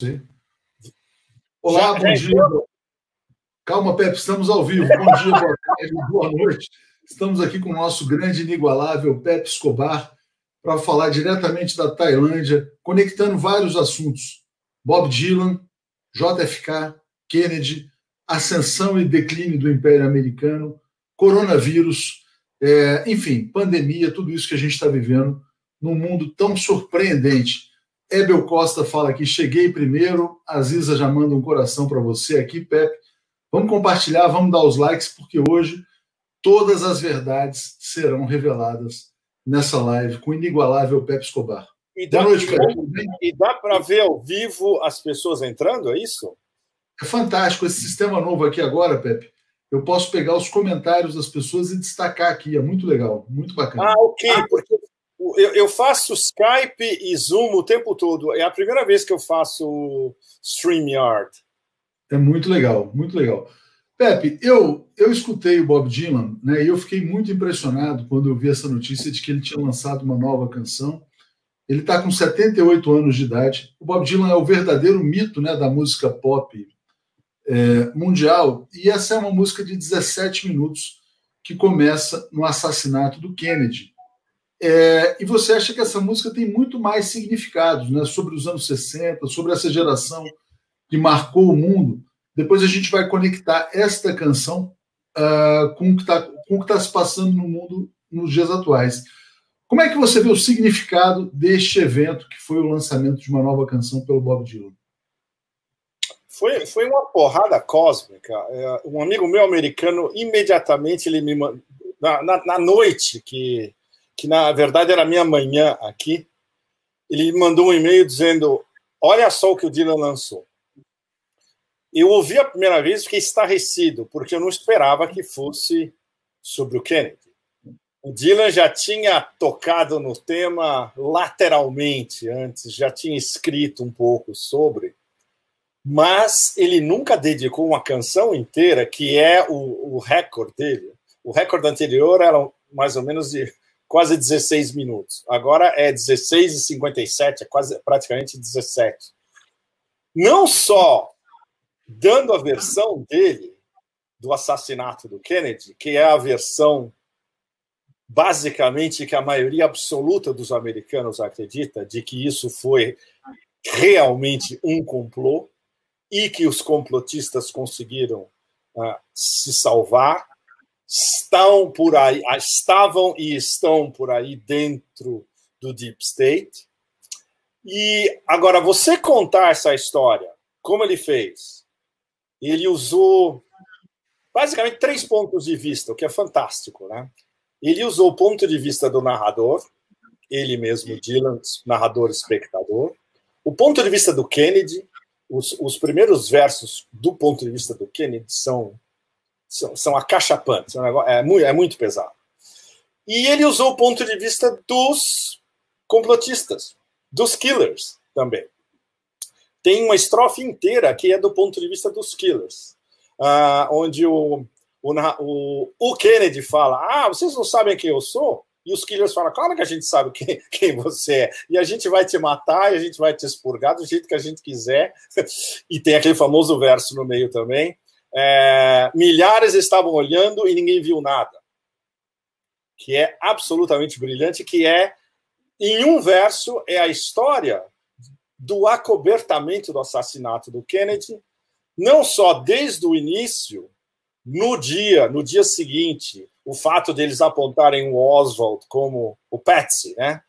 Olá, bom dia. Calma, Pepe, estamos ao vivo. Bom dia, boa tarde, boa noite. Estamos aqui com o nosso grande inigualável Pepe Escobar para falar diretamente da Tailândia, conectando vários assuntos. Bob Dylan, JFK, Kennedy, ascensão e declínio do Império Americano, coronavírus, enfim, pandemia, tudo isso que a gente está vivendo num mundo tão surpreendente. Ebel Costa fala aqui, cheguei primeiro, a Aziza já manda um coração para você aqui, Pepe. Vamos compartilhar, vamos dar os likes, porque hoje todas as verdades serão reveladas nessa live com o inigualável Pepe Escobar. Boa noite, Pepe. E dá para ver ao vivo as pessoas entrando, é isso? É fantástico esse sistema novo aqui agora, Pepe. Eu posso pegar os comentários das pessoas e destacar aqui, é muito legal, muito bacana. Ah, ok, porque eu faço Skype e Zoom o tempo todo. É a primeira vez que eu faço StreamYard. É muito legal, muito legal. Pepe, eu escutei o Bob Dylan, né, e eu fiquei muito impressionado quando eu vi essa notícia de que ele tinha lançado uma nova canção. Ele está com 78 anos de idade. O Bob Dylan é o verdadeiro mito, né, da música pop mundial, e essa é uma música de 17 minutos que começa no assassinato do Kennedy. E você acha que essa música tem muito mais significados, né, sobre os anos 60, sobre essa geração que marcou o mundo. Depois a gente vai conectar esta canção com o que está se passando no mundo nos dias atuais. Como é que você vê o significado deste evento, que foi o lançamento de uma nova canção pelo Bob Dylan? Foi uma porrada cósmica. Um amigo meu americano, imediatamente, ele me mandou, na noite, que na verdade era minha manhã aqui, ele me mandou um e-mail dizendo: olha só o que o Dylan lançou. Eu ouvi a primeira vez e fiquei estarrecido, porque eu não esperava que fosse sobre o Kennedy. O Dylan já tinha tocado no tema lateralmente antes, já tinha escrito um pouco sobre, mas ele nunca dedicou uma canção inteira, que é o recorde dele. O recorde anterior era mais ou menos de quase 16 minutos. Agora é 16:57, é praticamente 17. Não só dando a versão dele do assassinato do Kennedy, que é a versão basicamente que a maioria absoluta dos americanos acredita, de que isso foi realmente um complô e que os complotistas conseguiram se salvar, estavam e estão por aí dentro do Deep State. E agora, você contar essa história, como ele fez, ele usou basicamente 3 pontos de vista, o que é fantástico, né? Ele usou o ponto de vista do narrador, ele mesmo, Dylan, narrador espectador, o ponto de vista do Kennedy. Os primeiros versos do ponto de vista do Kennedy são acachapantes, é muito pesado. E ele usou o ponto de vista dos complotistas, dos killers também. Tem uma estrofe inteira que é do ponto de vista dos killers, onde o Kennedy fala: vocês não sabem quem eu sou? E os killers falam: claro que a gente sabe quem você é. E a gente vai te matar, e a gente vai te expurgar do jeito que a gente quiser. E tem aquele famoso verso no meio também. Milhares estavam olhando e ninguém viu nada. Que é absolutamente brilhante, que é, em um verso, é a história do acobertamento do assassinato do Kennedy, não só desde o início, no dia seguinte, o fato deles apontarem o Oswald como o Patsy, né?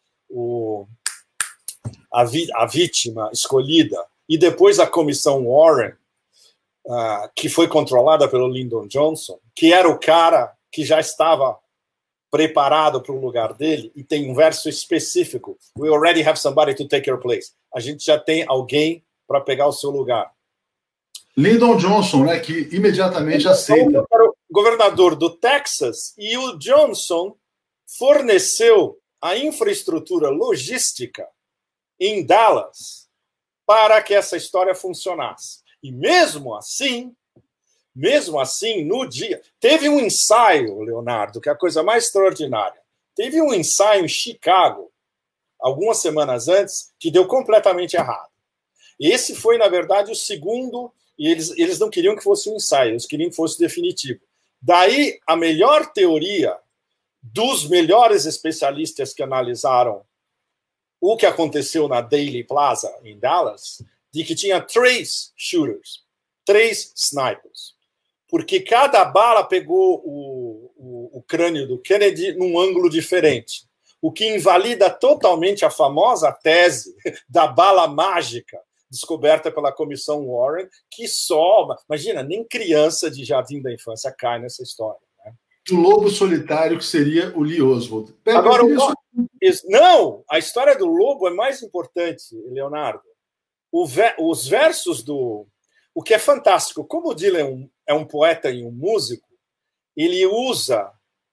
A vítima escolhida, e depois a comissão Warren, que foi controlada pelo Lyndon Johnson, que era o cara que já estava preparado para o lugar dele, e tem um verso específico: we already have somebody to take your place. A gente já tem alguém para pegar o seu lugar. Lyndon Johnson, né, que imediatamente aceita. Era o governador do Texas, e o Johnson forneceu a infraestrutura logística em Dallas para que essa história funcionasse. E mesmo assim, no dia... Teve um ensaio, Leonardo, que é a coisa mais extraordinária. Teve um ensaio em Chicago, algumas semanas antes, que deu completamente errado. Esse foi, na verdade, o segundo, e eles não queriam que fosse um ensaio, eles queriam que fosse definitivo. Daí, a melhor teoria dos melhores especialistas que analisaram o que aconteceu na Dealey Plaza, em Dallas, de que tinha 3 shooters, 3 snipers. Porque cada bala pegou o crânio do Kennedy num ângulo diferente. O que invalida totalmente a famosa tese da bala mágica, descoberta pela Comissão Warren, que só... Imagina, nem criança de jardim da infância cai nessa história. Né? O lobo solitário, que seria o Lee Oswald. Agora, não! A história do lobo é mais importante, Leonardo. Os versos do... O que é fantástico, como o Dylan é um poeta e um músico, ele usa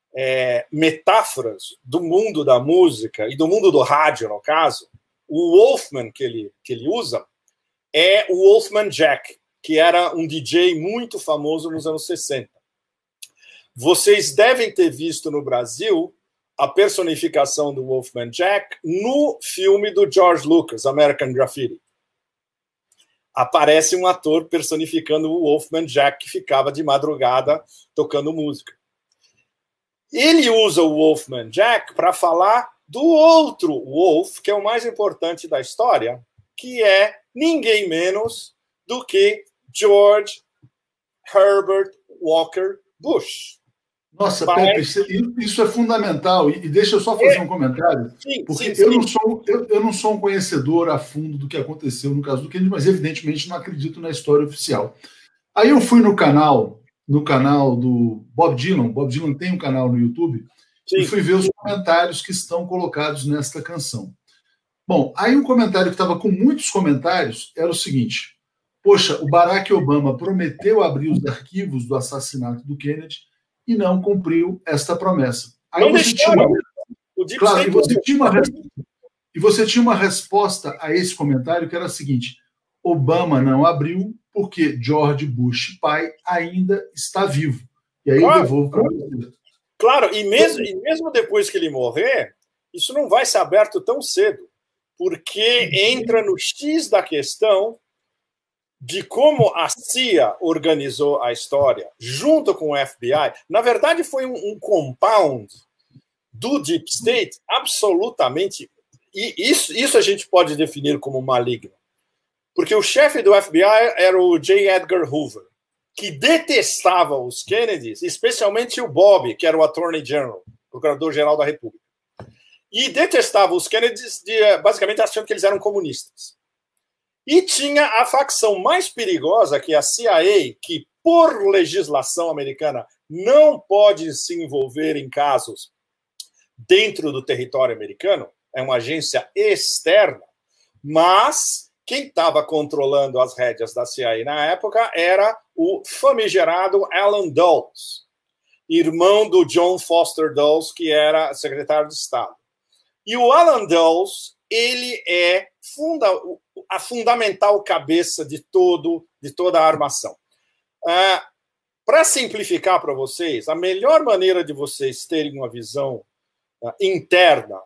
metáforas do mundo da música e do mundo do rádio, no caso. O Wolfman que ele usa é o Wolfman Jack, que era um DJ muito famoso nos anos 60. Vocês devem ter visto no Brasil a personificação do Wolfman Jack no filme do George Lucas, American Graffiti. Aparece um ator personificando o Wolfman Jack, que ficava de madrugada tocando música. Ele usa o Wolfman Jack para falar do outro Wolf, que é o mais importante da história, que é ninguém menos do que George Herbert Walker Bush. Nossa, Pepe, isso é fundamental. E deixa eu só fazer um comentário, porque eu não sou um conhecedor a fundo do que aconteceu no caso do Kennedy, mas evidentemente não acredito na história oficial. Aí eu fui no canal do Bob Dylan. Bob Dylan tem um canal no YouTube, e fui ver os comentários que estão colocados nesta canção. Bom, aí um comentário que estava com muitos comentários era o seguinte: poxa, o Barack Obama prometeu abrir os arquivos do assassinato do Kennedy e não cumpriu esta promessa. Aí não você tinha uma resposta a esse comentário que era a seguinte: Obama não abriu porque George Bush pai ainda está vivo. E aí eu devolvo para você. Claro, e mesmo depois que ele morrer, isso não vai ser aberto tão cedo, porque entra no X da questão de como a CIA organizou a história junto com o FBI. Na verdade, foi um compound do Deep State absolutamente... E isso a gente pode definir como maligno. Porque o chefe do FBI era o J. Edgar Hoover, que detestava os Kennedys, especialmente o Bob, que era o Attorney General, Procurador-Geral da República. E detestava os Kennedys basicamente achando que eles eram comunistas. E tinha a facção mais perigosa, que é a CIA, que, por legislação americana, não pode se envolver em casos dentro do território americano, é uma agência externa, mas quem estava controlando as rédeas da CIA na época era o famigerado Alan Dulles, irmão do John Foster Dulles, que era secretário de Estado. E o Alan Dulles, ele é a fundamental cabeça de toda a armação. Para simplificar para vocês, a melhor maneira de vocês terem uma visão interna,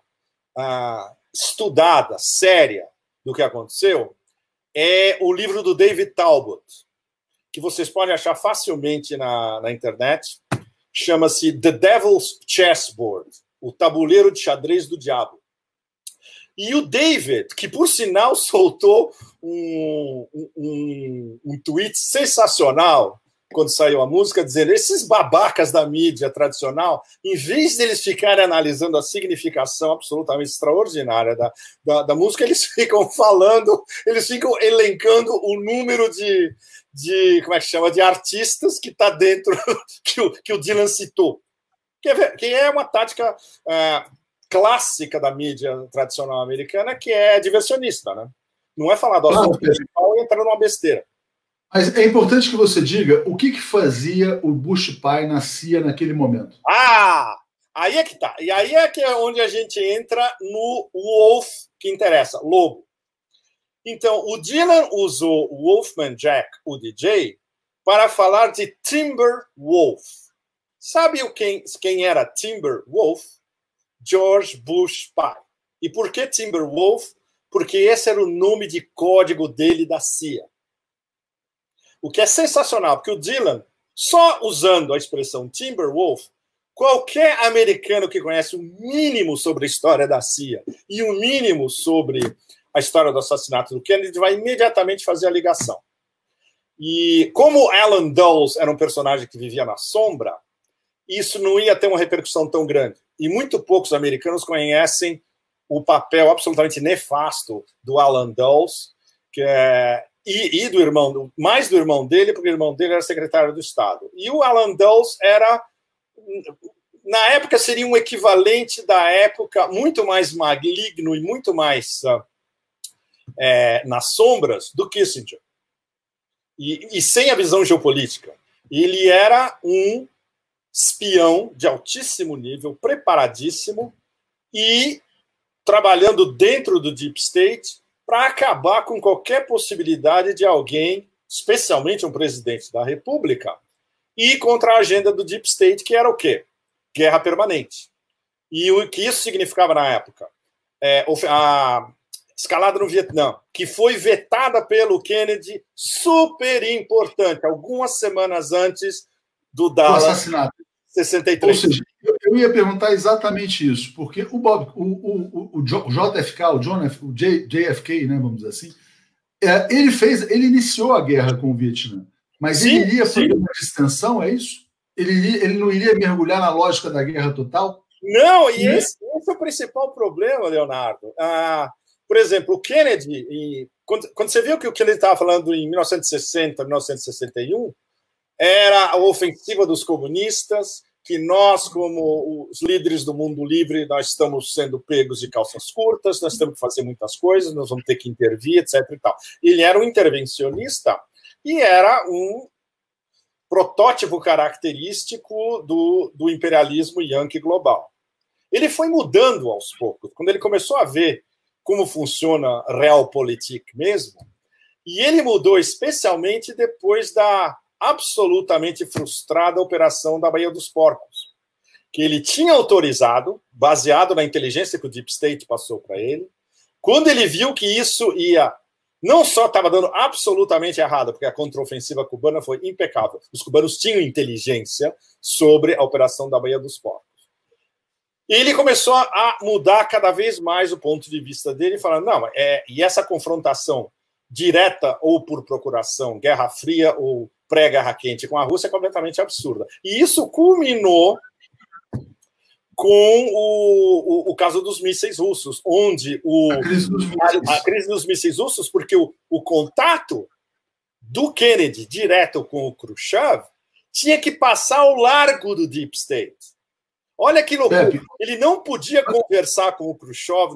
estudada, séria, do que aconteceu, é o livro do David Talbot, que vocês podem achar facilmente na internet. Chama-se The Devil's Chessboard, o tabuleiro de xadrez do diabo. E o David, que por sinal soltou um tweet sensacional quando saiu a música, dizendo: esses babacas da mídia tradicional, em vez deles ficarem analisando a significação absolutamente extraordinária da música, eles ficam falando, eles ficam elencando o número de como é que chama, de artistas que está dentro, que o Dylan citou. Que é uma tática clássica da mídia tradicional americana, que é diversionista, né? Não é falar do assunto principal e entrar numa besteira. Mas é importante que você diga o que fazia o Bush pai na CIA naquele momento. Aí é que tá. E aí é que é onde a gente entra no Wolf que interessa, lobo. Então, o Dylan usou o Wolfman Jack, o DJ, para falar de Timber Wolf. Sabe quem era Timber Wolf? George Bush pai. E por que Timber Wolf? porque esse era o nome de código dele da CIA. O que é sensacional, porque o Dylan, só usando a expressão Timberwolf, qualquer americano que conhece o mínimo sobre a história da CIA e o mínimo sobre a história do assassinato do Kennedy vai imediatamente fazer a ligação. E como Alan Dulles era um personagem que vivia na sombra, isso não ia ter uma repercussão tão grande. E muito poucos americanos conhecem o papel absolutamente nefasto do Alan Dulles, e do irmão, mais do irmão dele, porque o irmão dele era secretário do Estado. E o Alan Dulles era, na época, seria um equivalente da época muito mais maligno e muito mais nas sombras do Kissinger. E sem a visão geopolítica. Ele era um espião de altíssimo nível, preparadíssimo e trabalhando dentro do Deep State para acabar com qualquer possibilidade de alguém, especialmente um presidente da República, ir contra a agenda do Deep State, que era o quê? Guerra permanente. E o que isso significava na época? A escalada no Vietnã, que foi vetada pelo Kennedy, super importante, algumas semanas antes do Dallas, assassinato. 63. Ou seja, eu ia perguntar exatamente isso, porque o JFK, o JFK, né, vamos dizer assim, ele iniciou a guerra com o Vietnã, mas sim, ele iria fazer uma distensão, é isso? Ele não iria mergulhar na lógica da guerra total? Não, e esse é o principal problema, Leonardo. Por exemplo, o Kennedy, quando você viu que o Kennedy estava falando em 1960, 1961, era a ofensiva dos comunistas, que nós, como os líderes do mundo livre, nós estamos sendo pegos de calças curtas, nós temos que fazer muitas coisas, nós vamos ter que intervir, etc. E tal. Ele era um intervencionista e era um protótipo característico do imperialismo yankee global. Ele foi mudando aos poucos. Quando ele começou a ver como funciona a realpolitik mesmo, e ele mudou especialmente depois da absolutamente frustrada operação da Baía dos Porcos, que ele tinha autorizado, baseado na inteligência que o Deep State passou para ele. Quando ele viu que isso ia, não só estava dando absolutamente errado, porque a contraofensiva cubana foi impecável, os cubanos tinham inteligência sobre a operação da Baía dos Porcos. E ele começou a mudar cada vez mais o ponto de vista dele, falando, não, e essa confrontação direta ou por procuração, Guerra Fria ou pré-Guerra Quente com a Rússia é completamente absurda. E isso culminou com o caso dos mísseis russos, onde a crise dos mísseis russos, porque o contato do Kennedy direto com o Khrushchev tinha que passar ao largo do Deep State. Olha que loucura. Ele não podia conversar com o Khrushchev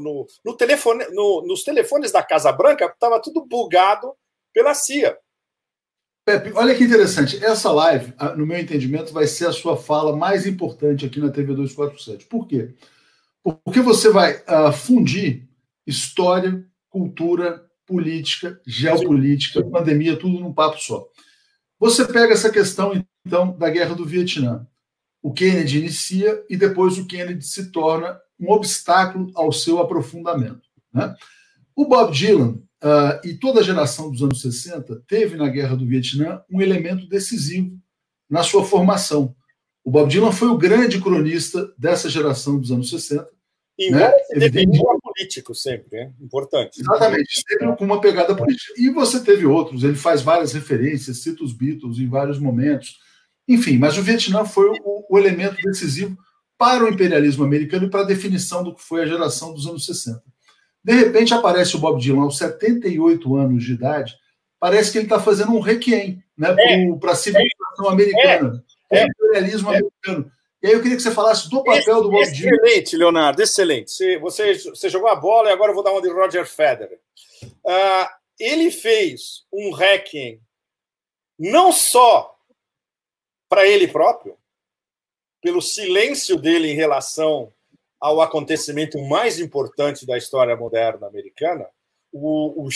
nos telefones da Casa Branca, estava tudo bugado pela CIA. Pepe, olha que interessante. Essa live, no meu entendimento, vai ser a sua fala mais importante aqui na TV 247. Por quê? Porque você vai fundir história, cultura, política, geopolítica, pandemia, tudo num papo só. Você pega essa questão, então, da Guerra do Vietnã. O Kennedy inicia e depois o Kennedy se torna um obstáculo ao seu aprofundamento, né? O Bob Dylan e toda a geração dos anos 60 teve na Guerra do Vietnã um elemento decisivo na sua formação. O Bob Dylan foi o grande cronista dessa geração dos anos 60. Embora se defendia político sempre, né? Importante. Exatamente, sempre com uma pegada política. E você teve outros, ele faz várias referências, cita os Beatles em vários momentos. Enfim, mas o Vietnã foi o elemento decisivo para o imperialismo americano e para a definição do que foi a geração dos anos 60. De repente aparece o Bob Dylan aos 78 anos de idade, parece que ele está fazendo um requiem, né, para a civilização americana, para o imperialismo americano. E aí eu queria que você falasse do papel do Bob Dylan. Excelente, Leonardo, excelente. Você jogou a bola e agora eu vou dar uma de Roger Federer. Ele fez um requiem não só para ele próprio, pelo silêncio dele em relação ao acontecimento mais importante da história moderna americana, o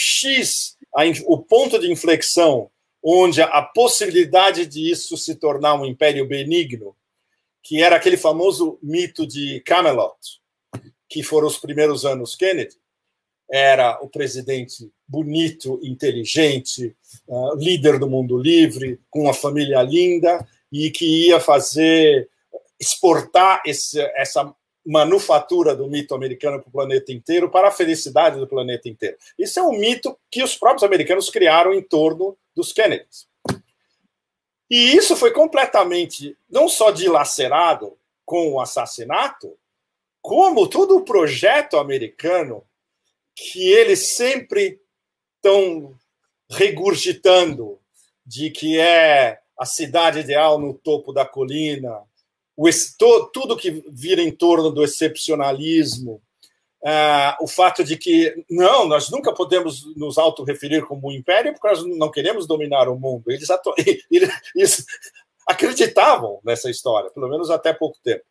ponto de inflexão onde a possibilidade de isso se tornar um império benigno, que era aquele famoso mito de Camelot, que foram os primeiros anos Kennedy, era o presidente bonito, inteligente, líder do mundo livre, com uma família linda, e que ia exportar essa manufatura do mito americano para o planeta inteiro, para a felicidade do planeta inteiro. Isso é um mito que os próprios americanos criaram em torno dos Kennedys. E isso foi completamente, não só dilacerado com o assassinato, como todo o projeto americano que eles sempre estão regurgitando de que é a cidade ideal no topo da colina, tudo que vira em torno do excepcionalismo, o fato de que, não, nós nunca podemos nos autorreferir como um império porque nós não queremos dominar o mundo. Eles acreditavam nessa história, pelo menos até pouco tempo.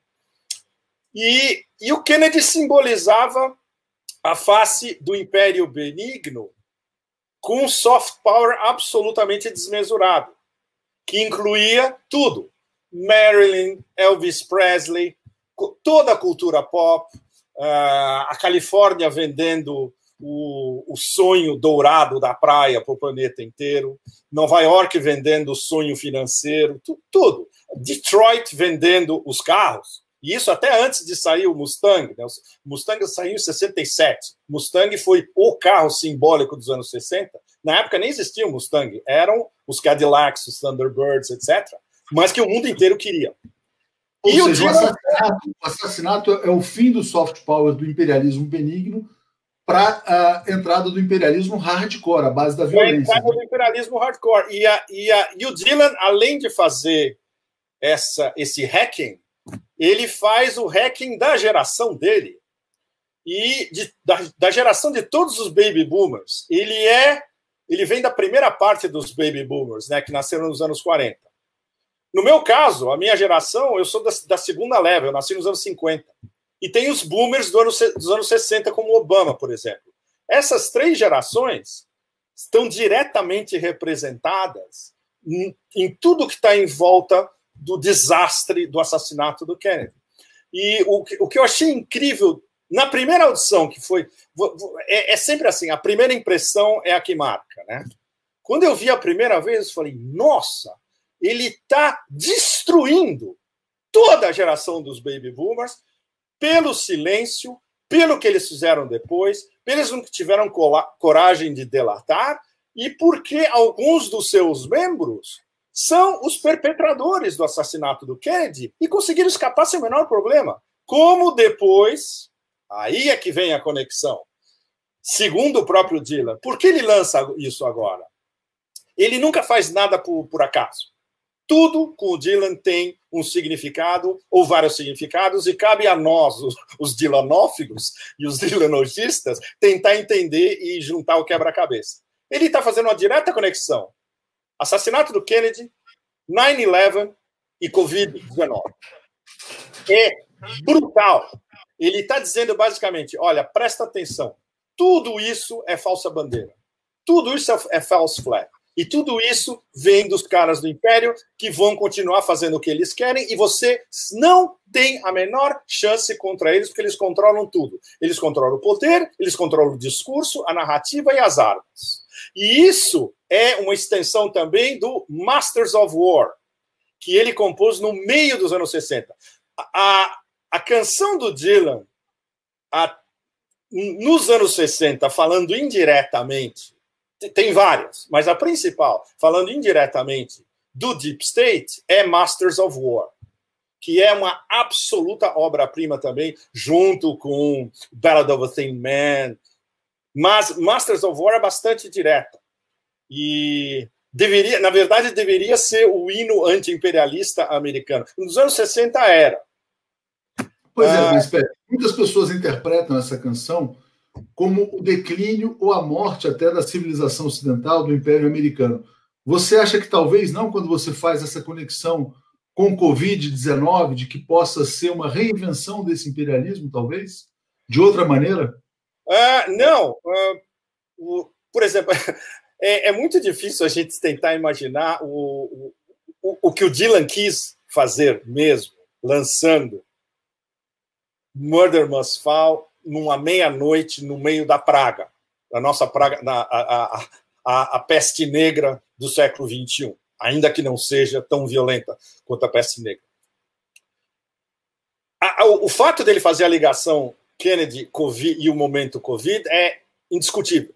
E o Kennedy simbolizava a face do império benigno com um soft power absolutamente desmesurado, que incluía tudo. Marilyn, Elvis Presley, toda a cultura pop, a Califórnia vendendo o sonho dourado da praia para o planeta inteiro, Nova York vendendo o sonho financeiro, tudo. Detroit vendendo os carros, e isso até antes de sair o Mustang. Né? O Mustang saiu em 67. Mustang foi o carro simbólico dos anos 60. Na época nem existia o Mustang, eram os Cadillacs, os Thunderbirds, etc., mas que o mundo inteiro queria. Ou seja, o assassinato é o fim do soft power, do imperialismo benigno, para a entrada do imperialismo hardcore, a base da violência. A entrada do imperialismo hardcore. E o Dylan, além de fazer esse hacking, ele faz o hacking da geração dele e da geração de todos os baby boomers. Ele vem da primeira parte dos baby boomers, né, que nasceram nos anos 40. No meu caso, a minha geração, eu sou da segunda leva, eu nasci nos anos 50. E tem os boomers dos anos 60, como Obama, por exemplo. Essas três gerações estão diretamente representadas em tudo que está em volta do desastre do assassinato do Kennedy. E o que eu achei incrível, na primeira audição, que foi... É sempre assim, a primeira impressão é a que marca, né? Quando eu vi a primeira vez, eu falei, nossa, ele está destruindo toda a geração dos baby boomers pelo silêncio, pelo que eles fizeram depois, eles não tiveram coragem de delatar e porque alguns dos seus membros são os perpetradores do assassinato do Kennedy e conseguiram escapar sem o menor problema. Como depois, aí é que vem a conexão. Segundo o próprio Dylan, por que ele lança isso agora? Ele nunca faz nada por acaso. Tudo com o Dylan tem um significado ou vários significados e cabe a nós, os Dylanófigos e os Dylanogistas, tentar entender e juntar o quebra-cabeça. Ele está fazendo uma direta conexão. Assassinato do Kennedy, 9/11 e Covid-19. É brutal. Ele está dizendo basicamente, olha, presta atenção, tudo isso é falsa bandeira. Tudo isso é false flag. E tudo isso vem dos caras do Império que vão continuar fazendo o que eles querem e você não tem a menor chance contra eles porque eles controlam tudo. Eles controlam o poder, eles controlam o discurso, a narrativa e as armas. E isso é uma extensão também do Masters of War, que ele compôs no meio dos anos 60. A canção do Dylan, nos anos 60, falando indiretamente, tem várias, mas a principal, falando indiretamente do Deep State, é Masters of War, que é uma absoluta obra-prima também, junto com Ballad of a Thin Man. Mas Masters of War é bastante direta. E na verdade, deveria ser o hino anti-imperialista americano. Nos anos 60 era. Pois é, mas muitas pessoas interpretam essa canção como o declínio ou a morte até da civilização ocidental, do Império Americano. Você acha que talvez não, quando você faz essa conexão com o Covid-19, de que possa ser uma reinvenção desse imperialismo, talvez? De outra maneira? Não. Por exemplo, é muito difícil a gente tentar imaginar o que o Dylan quis fazer mesmo, lançando Murder Must Fall numa meia-noite no meio da praga, a nossa praga, a peste negra do século XXI, ainda que não seja tão violenta quanto a peste negra. O fato dele fazer a ligação Kennedy-Covid e o momento Covid é indiscutível.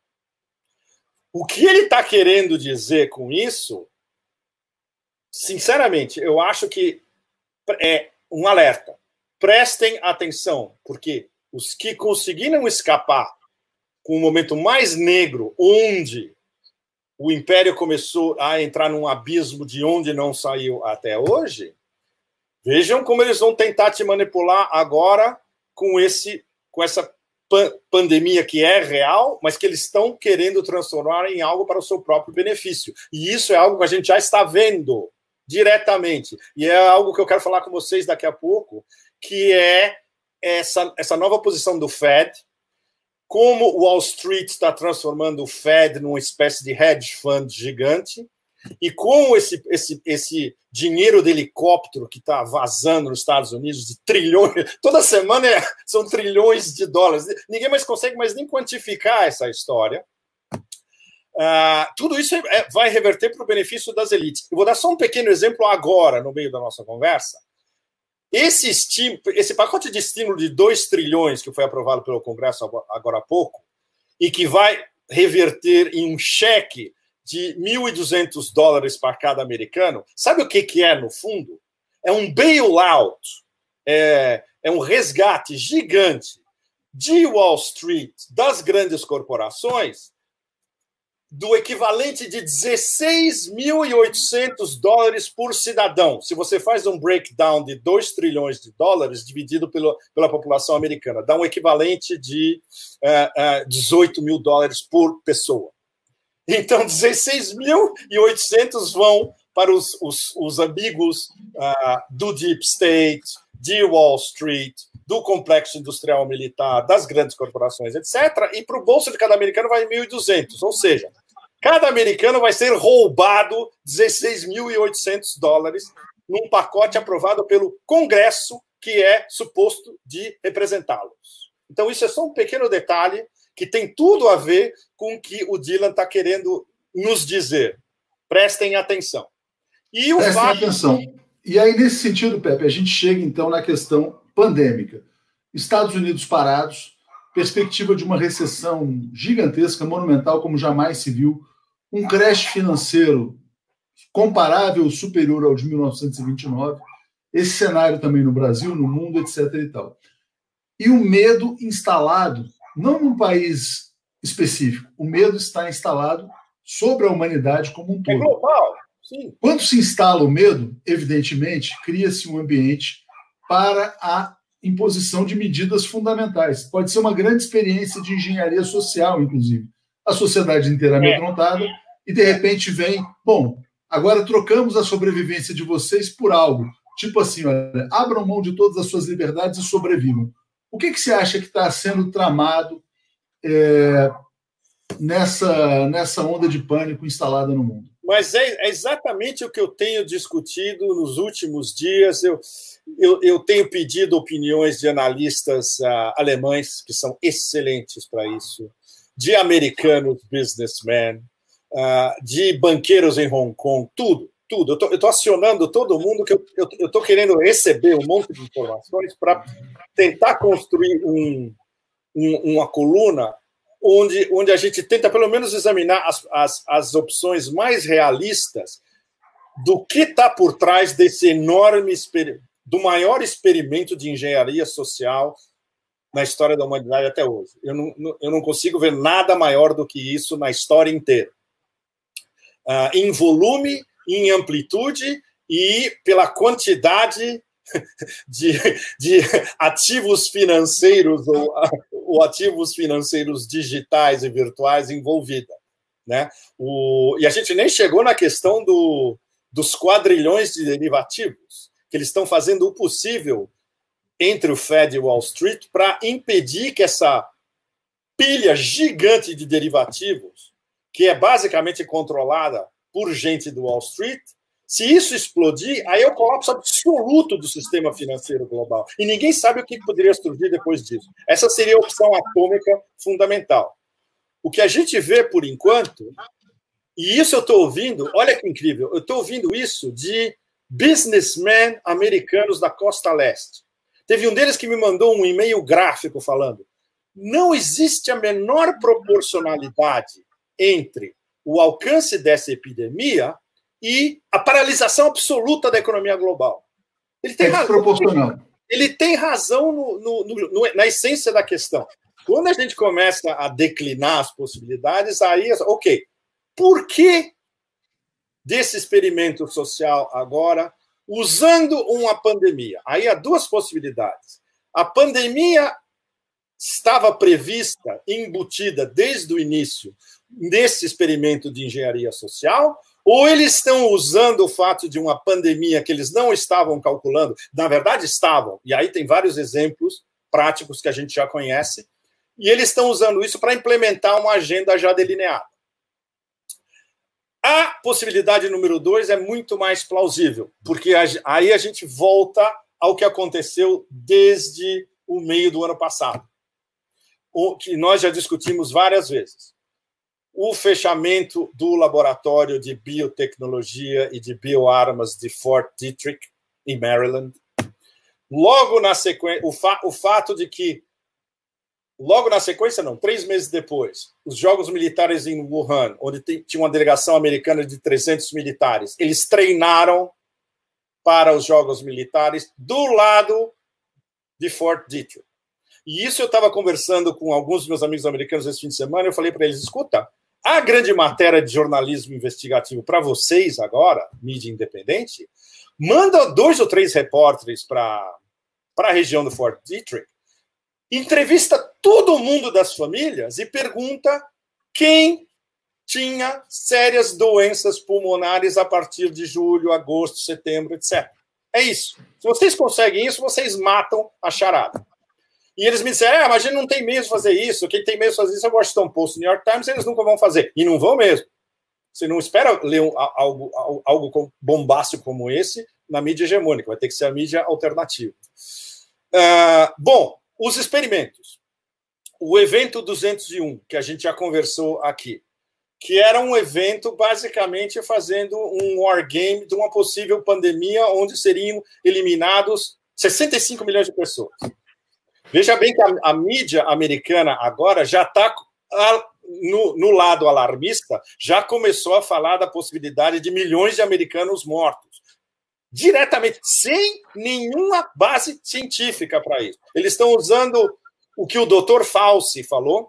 O que ele está querendo dizer com isso, sinceramente, eu acho que é um alerta. Prestem atenção, porque os que conseguiram escapar com o momento mais negro, onde o Império começou a entrar num abismo de onde não saiu até hoje, vejam como eles vão tentar te manipular agora com essa pandemia que é real, mas que eles estão querendo transformar em algo para o seu próprio benefício. E isso é algo que a gente já está vendo diretamente. E é algo que eu quero falar com vocês daqui a pouco, que é essa nova posição do Fed, como o Wall Street está transformando o Fed numa espécie de hedge fund gigante, e com esse dinheiro de helicóptero que está vazando nos Estados Unidos de trilhões, toda semana são trilhões de dólares. Ninguém mais consegue mais nem quantificar essa história. Tudo isso vai reverter para o benefício das elites. Eu vou dar só um pequeno exemplo agora, no meio da nossa conversa. Esse pacote de estímulo de 2 trilhões que foi aprovado pelo Congresso agora há pouco e que vai reverter em um cheque de $1.200 para cada americano, sabe o que é, no fundo? É um bailout, é um resgate gigante de Wall Street, das grandes corporações, do equivalente de $16.800 por cidadão. Se você faz um breakdown de 2 trilhões de dólares dividido pela população americana, dá um equivalente de $18 mil por pessoa. Então, 16.800 vão para os amigos do Deep State, de Wall Street, do complexo industrial militar, das grandes corporações, etc. E para o bolso de cada americano vai 1.200. Ou seja, cada americano vai ser roubado $16.800 num pacote aprovado pelo Congresso, que é suposto de representá-los. Então, isso é só um pequeno detalhe que tem tudo a ver com o que o Dylan está querendo nos dizer. Prestem atenção. Prestem atenção. E aí, nesse sentido, Pepe, a gente chega, então, na questão pandêmica. Estados Unidos parados, perspectiva de uma recessão gigantesca, monumental, como jamais se viu, um crash financeiro comparável, superior ao de 1929, esse cenário também no Brasil, no mundo, etc. e tal. E o medo instalado, não num país específico, o medo está instalado sobre a humanidade como um todo. É global, sim. Quando se instala o medo, evidentemente, cria-se um ambiente para a imposição de medidas fundamentais. Pode ser uma grande experiência de engenharia social, inclusive. A sociedade inteira amedrontada e, de repente, vem, bom, agora trocamos a sobrevivência de vocês por algo. Tipo assim, olha, abram mão de todas as suas liberdades e sobrevivam. O que você acha que está sendo tramado nessa onda de pânico instalada no mundo? Mas é exatamente o que eu tenho discutido nos últimos dias. Eu tenho pedido opiniões de analistas alemães, que são excelentes para isso, de americanos businessmen, de banqueiros em Hong Kong, tudo. Eu estou acionando todo mundo, que eu estou querendo receber um monte de informações para tentar construir uma coluna onde a gente tenta, pelo menos, examinar as opções mais realistas do que está por trás desse enorme, do maior experimento de engenharia social na história da humanidade até hoje. Eu não consigo ver nada maior do que isso na história inteira. Em volume, em amplitude e pela quantidade de ativos financeiros ou ativos financeiros digitais e virtuais envolvida, né? E a gente nem chegou na questão dos quadrilhões de derivativos, que eles estão fazendo o possível entre o Fed e o Wall Street para impedir que essa pilha gigante de derivativos, que é basicamente controlada por gente do Wall Street, Se isso explodir, aí é o colapso absoluto do sistema financeiro global. E ninguém sabe o que poderia surgir depois disso. Essa seria a opção atômica fundamental. O que a gente vê, por enquanto, e isso eu estou ouvindo, olha que incrível, eu estou ouvindo isso de businessmen americanos da costa leste. Teve um deles que me mandou um e-mail gráfico falando: não existe a menor proporcionalidade entre o alcance dessa epidemia e a paralisação absoluta da economia global. Ele tem desproporcional. Ele tem razão na essência da questão. Quando a gente começa a declinar as possibilidades, aí, ok, por que desse experimento social agora, usando uma pandemia? Aí há duas possibilidades. A pandemia estava prevista, embutida desde o início nesse experimento de engenharia social, ou eles estão usando o fato de uma pandemia que eles não estavam calculando, na verdade estavam, e aí tem vários exemplos práticos que a gente já conhece, e eles estão usando isso para implementar uma agenda já delineada. A possibilidade número 2 é muito mais plausível, porque aí a gente volta ao que aconteceu desde o meio do ano passado, o que nós já discutimos várias vezes. O fechamento do laboratório de biotecnologia e de bioarmas de Fort Detrick, em Maryland. Logo na sequência, o fato de que, logo na sequência, não, 3 meses depois, os Jogos Militares em Wuhan, onde tinha uma delegação americana de 300 militares, eles treinaram para os Jogos Militares do lado de Fort Detrick. E isso eu estava conversando com alguns dos meus amigos americanos esse fim de semana, eu falei para eles, escuta, a grande matéria de jornalismo investigativo para vocês agora, mídia independente, manda 2 ou 3 repórteres para a região do Fort Detrick, entrevista todo mundo das famílias e pergunta quem tinha sérias doenças pulmonares a partir de julho, agosto, setembro, etc. É isso. Se vocês conseguem isso, vocês matam a charada. E eles me disseram, mas a gente não tem meio de fazer isso. Quem tem meio de fazer isso é o Washington Post, New York Times, eles nunca vão fazer. E não vão mesmo. Você não espera ler algo bombástico como esse na mídia hegemônica. Vai ter que ser a mídia alternativa. Bom, os experimentos. O evento 201, que a gente já conversou aqui, que era um evento basicamente fazendo um wargame de uma possível pandemia onde seriam eliminados 65 milhões de pessoas. Veja bem que a mídia americana agora já está no lado alarmista, já começou a falar da possibilidade de milhões de americanos mortos. Diretamente, sem nenhuma base científica para isso. Eles estão usando o que o Dr. Fauci falou.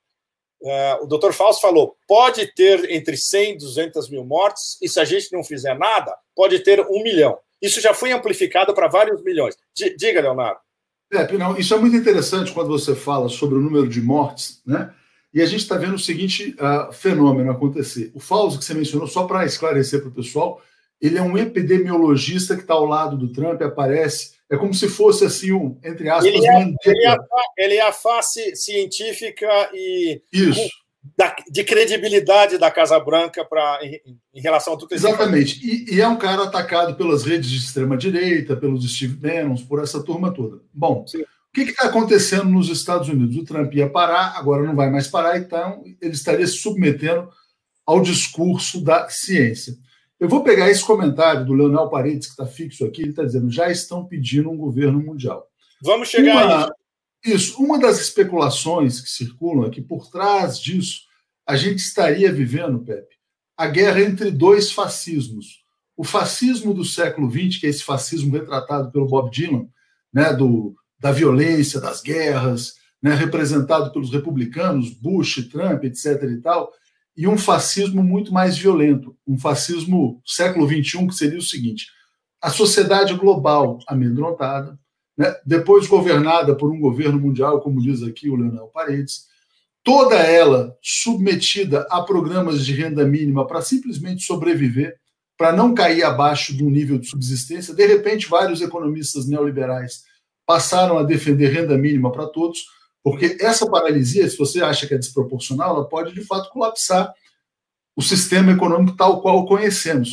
O Dr. Fauci falou, pode ter entre 100 e 200 mil mortes, e se a gente não fizer nada, pode ter 1 milhão. Isso já foi amplificado para vários milhões. Diga, Leonardo. Não, isso é muito interessante quando você fala sobre o número de mortes, né? E a gente está vendo o seguinte fenômeno acontecer. O Fauci, que você mencionou, só para esclarecer para o pessoal, ele é um epidemiologista que está ao lado do Trump, aparece, é como se fosse assim um, entre aspas, ele é a face científica e isso. De credibilidade da Casa Branca em relação a tudo isso. Exatamente. E é um cara atacado pelas redes de extrema-direita, pelos Steve Bannon, por essa turma toda. Bom, sim. O que está acontecendo nos Estados Unidos? O Trump ia parar, agora não vai mais parar, então ele estaria se submetendo ao discurso da ciência. Eu vou pegar esse comentário do Leonel Paredes, que está fixo aqui, ele está dizendo, já estão pedindo um governo mundial. Vamos chegar aí. Isso, uma das especulações que circulam é que por trás disso a gente estaria vivendo, Pepe, a guerra entre 2 fascismos. O fascismo do século XX, que é esse fascismo retratado pelo Bob Dylan, né, da violência, das guerras, né, representado pelos republicanos, Bush, Trump, etc. e tal, e um fascismo muito mais violento, um fascismo século XXI, que seria o seguinte, a sociedade global amedrontada, né, depois governada por um governo mundial, como diz aqui o Leonel Paredes, toda ela submetida a programas de renda mínima para simplesmente sobreviver, para não cair abaixo de um nível de subsistência. De repente, vários economistas neoliberais passaram a defender renda mínima para todos, porque essa paralisia, se você acha que é desproporcional, ela pode, de fato, colapsar o sistema econômico tal qual o conhecemos.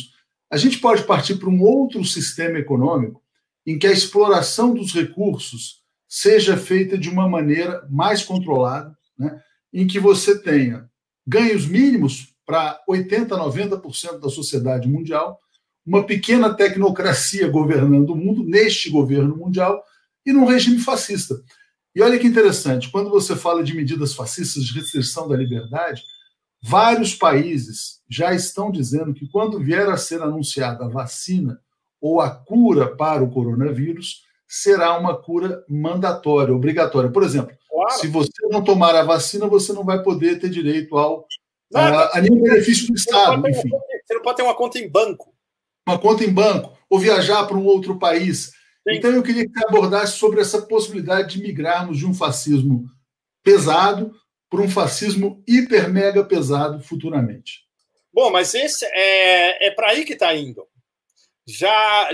a gente pode partir para um outro sistema econômico em que a exploração dos recursos seja feita de uma maneira mais controlada, né? Em que você tenha ganhos mínimos para 80%, 90% da sociedade mundial, uma pequena tecnocracia governando o mundo, neste governo mundial, e num regime fascista. E olha que interessante, quando você fala de medidas fascistas, de restrição da liberdade, vários países já estão dizendo que quando vier a ser anunciada a vacina ou a cura para o coronavírus, será uma cura mandatória, obrigatória. Por exemplo, se você não tomar a vacina, você não vai poder ter direito a nenhum benefício do Estado. Enfim. Você não pode ter uma conta em banco. Uma conta em banco, ou viajar para um outro país. Sim. Então, eu queria que você abordasse sobre essa possibilidade de migrarmos de um fascismo pesado para um fascismo hiper mega pesado futuramente. Bom, mas esse é para aí que está indo. Já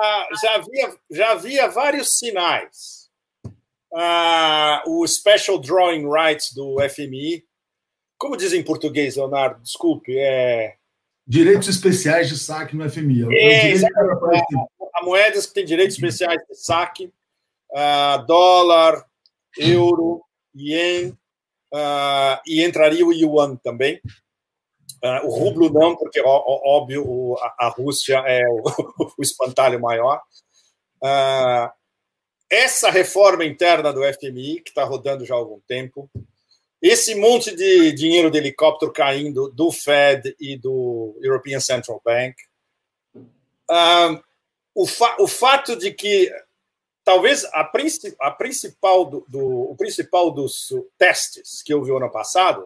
havia vários sinais. O Special Drawing Rights do FMI, como diz em português, Leonardo, desculpe, direitos especiais de saque no FMI. Há moedas que têm direitos especiais de saque, dólar, euro, ien, e entraria o yuan também. O rublo não, porque, óbvio, a Rússia é o espantalho maior. Essa reforma interna do FMI, que está rodando já há algum tempo, esse monte de dinheiro de helicóptero caindo do Fed e do European Central Bank, o fato de que talvez o principal dos testes que houve ano passado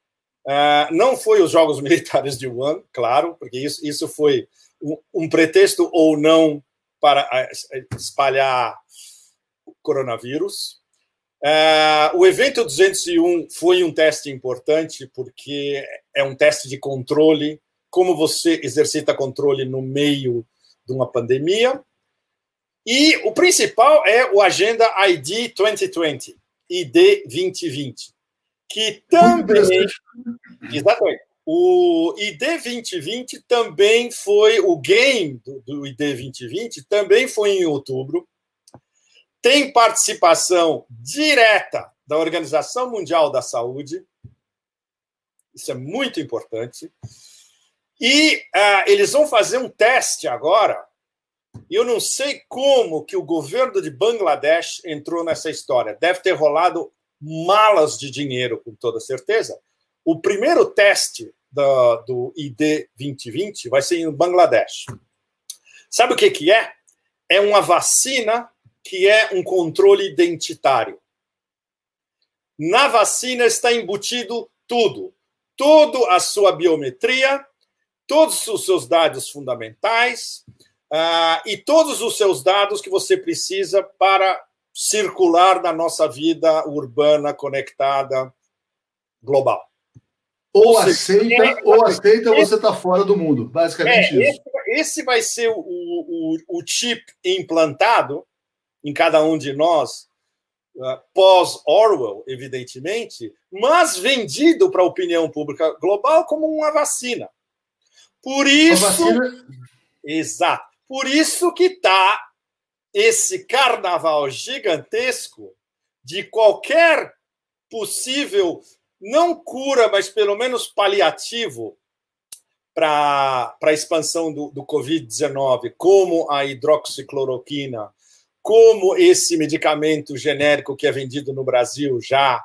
não foi os Jogos Militares de Wuhan, claro, porque isso foi um pretexto ou não para espalhar o coronavírus. O evento 201 foi um teste importante porque é um teste de controle, como você exercita controle no meio de uma pandemia. E o principal é o Agenda ID 2020, ID 2020, que também... Exatamente. O ID 2020 também foi... O game do ID 2020 também foi em outubro. Tem participação direta da Organização Mundial da Saúde. Isso é muito importante. E eles vão fazer um teste agora. Eu não sei como que o governo de Bangladesh entrou nessa história. Deve ter rolado malas de dinheiro, com toda certeza. O primeiro teste do ID 2020 vai ser em Bangladesh. Sabe o que é? É uma vacina que é um controle identitário. Na vacina está embutido tudo. Toda a sua biometria, todos os seus dados fundamentais e todos os seus dados que você precisa para circular na nossa vida urbana, conectada, global. Ou aceita, você está fora do mundo. Basicamente isso. Esse vai ser o chip implantado em cada um de nós, pós-Orwell, evidentemente, mas vendido para a opinião pública global como uma vacina. Por isso... Exato. Por isso que está esse carnaval gigantesco de qualquer possível, não cura, mas pelo menos paliativo para a expansão do Covid-19, como a hidroxicloroquina, como esse medicamento genérico que é vendido no Brasil já,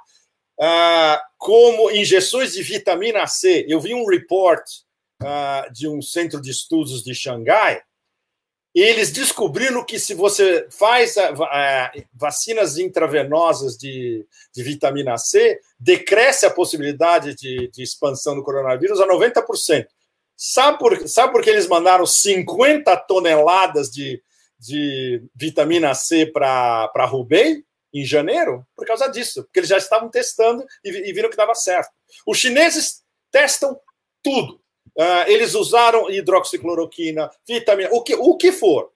como injeções de vitamina C. Eu vi um report de um centro de estudos de Xangai, e eles descobriram que se você faz vacinas intravenosas de vitamina C, decresce a possibilidade de expansão do coronavírus a 90%. Sabe por que eles mandaram 50 toneladas de vitamina C para Hubei em janeiro? Por causa disso, porque eles já estavam testando e viram que dava certo. Os chineses testam tudo. Eles usaram hidroxicloroquina, vitamina, o que for.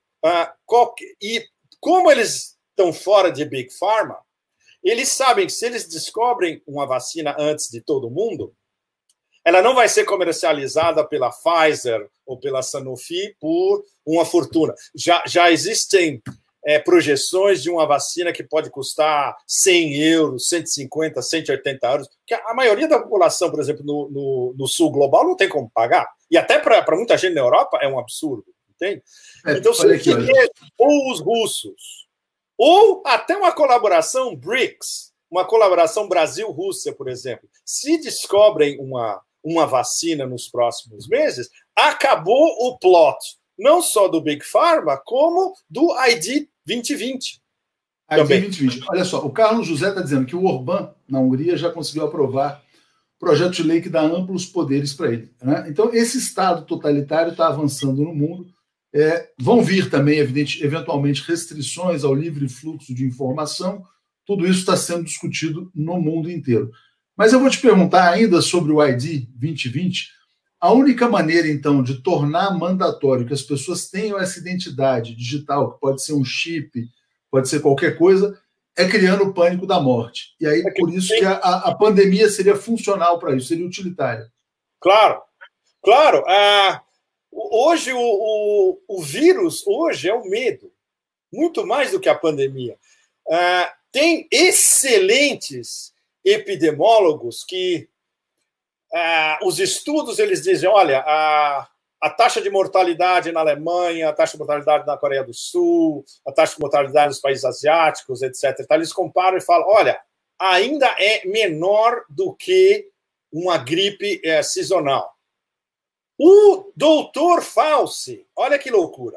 E como eles estão fora de Big Pharma, eles sabem que se eles descobrem uma vacina antes de todo mundo, Ela não vai ser comercializada pela Pfizer ou pela Sanofi por uma fortuna. Já existem projeções de uma vacina que pode custar 100 euros, 150, 180 euros, que a maioria da população, por exemplo, no sul global, não tem como pagar. E até para muita gente na Europa é um absurdo, entende? Então, se ou os russos, ou até uma colaboração BRICS, uma colaboração Brasil-Rússia, por exemplo, se descobrem uma vacina nos próximos meses, acabou o plot, não só do Big Pharma, como do ID 2020. ID 2020. Olha só, o Carlos José está dizendo que o Orbán, na Hungria, já conseguiu aprovar projeto de lei que dá amplos poderes para ele. Né? Então, esse Estado totalitário está avançando no mundo. Vão vir também, eventualmente, restrições ao livre fluxo de informação. Tudo isso está sendo discutido no mundo inteiro. Mas eu vou te perguntar ainda sobre o ID 2020. A única maneira, então, de tornar mandatório que as pessoas tenham essa identidade digital, que pode ser um chip, pode ser qualquer coisa, é criando o pânico da morte. E aí, por isso que a pandemia seria funcional para isso, seria utilitária. Claro, claro. Hoje, o vírus hoje é o medo, muito mais do que a pandemia. Tem excelentes epidemiólogos que os estudos eles dizem, olha, a taxa de mortalidade na Alemanha, a taxa de mortalidade na Coreia do Sul, a taxa de mortalidade nos países asiáticos, etc. Então, eles comparam e falam, olha, ainda é menor do que uma gripe sazonal. O doutor Fauci, olha que loucura,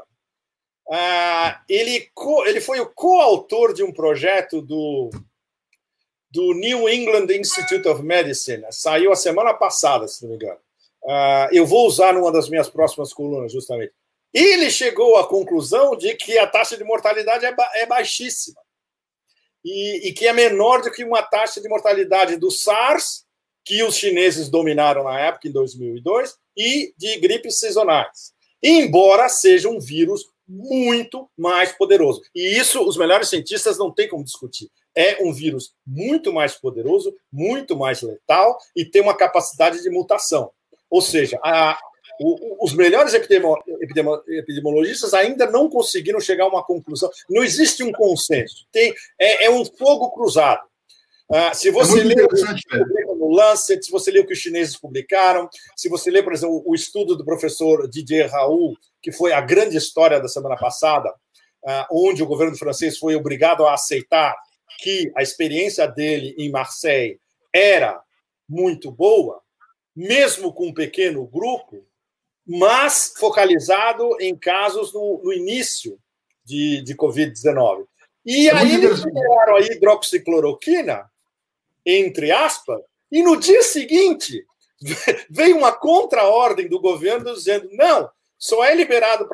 ele foi o coautor de um projeto do New England Institute of Medicine, saiu a semana passada, se não me engano. Eu vou usar numa das minhas próximas colunas, justamente. Ele chegou à conclusão de que a taxa de mortalidade é baixíssima e que é menor do que uma taxa de mortalidade do SARS, que os chineses dominaram na época, em 2002, e de gripes sazonais, embora seja um vírus muito mais poderoso. E isso os melhores cientistas não têm como discutir. É um vírus muito mais poderoso, muito mais letal e tem uma capacidade de mutação. Ou seja, os melhores epidemiologistas ainda não conseguiram chegar a uma conclusão. Não existe um consenso. É um fogo cruzado. Se você ler no Lancet, se você ler o que os chineses publicaram, se você ler, por exemplo, o estudo do professor Didier Raoult, que foi a grande história da semana passada, onde o governo francês foi obrigado a aceitar que a experiência dele em Marseille era muito boa, mesmo com um pequeno grupo, mas focalizado em casos no início de Covid-19. E aí eles liberaram a hidroxicloroquina, entre aspas, e no dia seguinte veio uma contra-ordem do governo dizendo não, só é liberado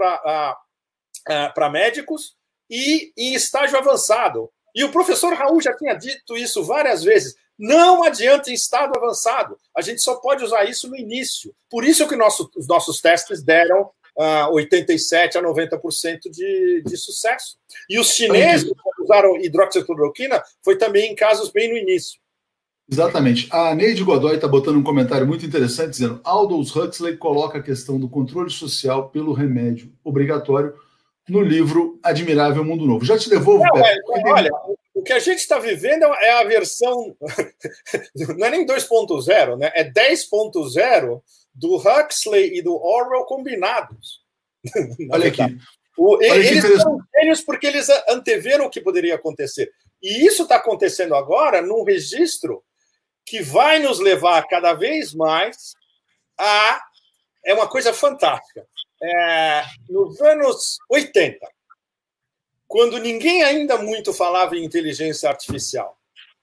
para médicos e em estágio avançado. E o professor Raul já tinha dito isso várias vezes. Não adianta em estado avançado. A gente só pode usar isso no início. Por isso que os nossos testes deram 87% a 90% de sucesso. E os chineses que usaram hidroxicloroquina foi também em casos bem no início. Exatamente. A Neide Godoy está botando um comentário muito interessante, dizendo Aldous Huxley coloca a questão do controle social pelo remédio obrigatório no livro Admirável Mundo Novo. Já te devolvo, olha, o que a gente está vivendo é a versão, não é nem 2.0, né? É 10.0 do Huxley e do Orwell combinados. Olha aqui. Eles são gênios porque eles anteveram o que poderia acontecer. E isso está acontecendo agora num registro que vai nos levar cada vez mais a... É uma coisa fantástica. Nos anos 80, quando ninguém ainda muito falava em inteligência artificial,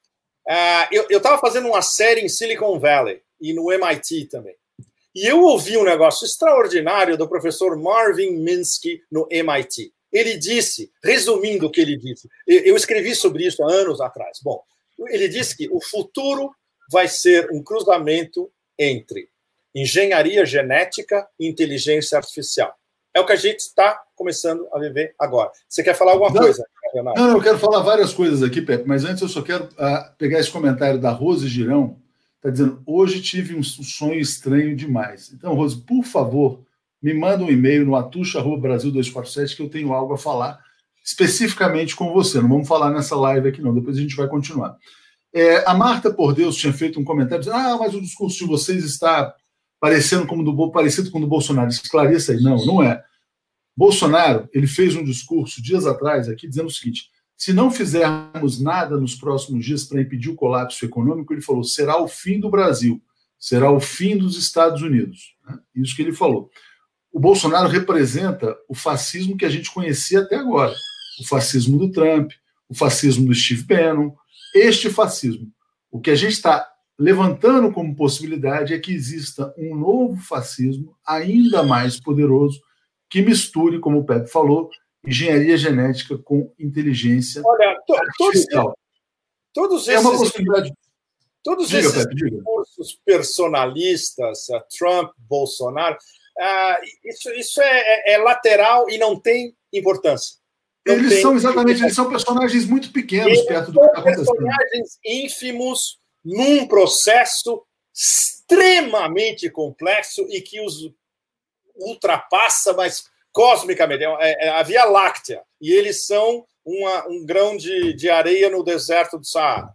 eu estava fazendo uma série em Silicon Valley e no MIT também. E eu ouvi um negócio extraordinário do professor Marvin Minsky no MIT. Ele disse, resumindo o que ele disse, eu escrevi sobre isso há anos atrás. Bom, ele disse que o futuro vai ser um cruzamento entre engenharia genética e inteligência artificial. É o que a gente está começando a viver agora. Você quer falar alguma coisa, Renato? Não, eu quero falar várias coisas aqui, Pepe, mas antes eu só quero pegar esse comentário da Rose Girão, está dizendo, hoje tive um sonho estranho demais. Então, Rose, por favor, me manda um e-mail no atucha@brasil247 que eu tenho algo a falar especificamente com você. Não vamos falar nessa live aqui, não. Depois a gente vai continuar. A Marta, por Deus, tinha feito um comentário dizendo, mas o discurso de vocês está parecido com o do Bolsonaro. Esclareça aí. Não, não é. Bolsonaro, ele fez um discurso dias atrás aqui dizendo o seguinte, se não fizermos nada nos próximos dias para impedir o colapso econômico, ele falou, será o fim do Brasil, será o fim dos Estados Unidos. Isso que ele falou. O Bolsonaro representa o fascismo que a gente conhecia até agora. O fascismo do Trump, o fascismo do Steve Bannon, este fascismo. O que a gente está levantando como possibilidade é que exista um novo fascismo ainda mais poderoso que misture, como o Pepe falou, engenharia genética com inteligência artificial. Todos é uma possibilidade. Todos esses discursos personalistas, Trump, Bolsonaro, isso é lateral e não tem importância. Eles são personagens muito pequenos perto do que está acontecendo. Personagens ínfimos num processo extremamente complexo e que os ultrapassa, mas cosmicamente, a Via Láctea, e eles são um grão de areia no deserto do Saara.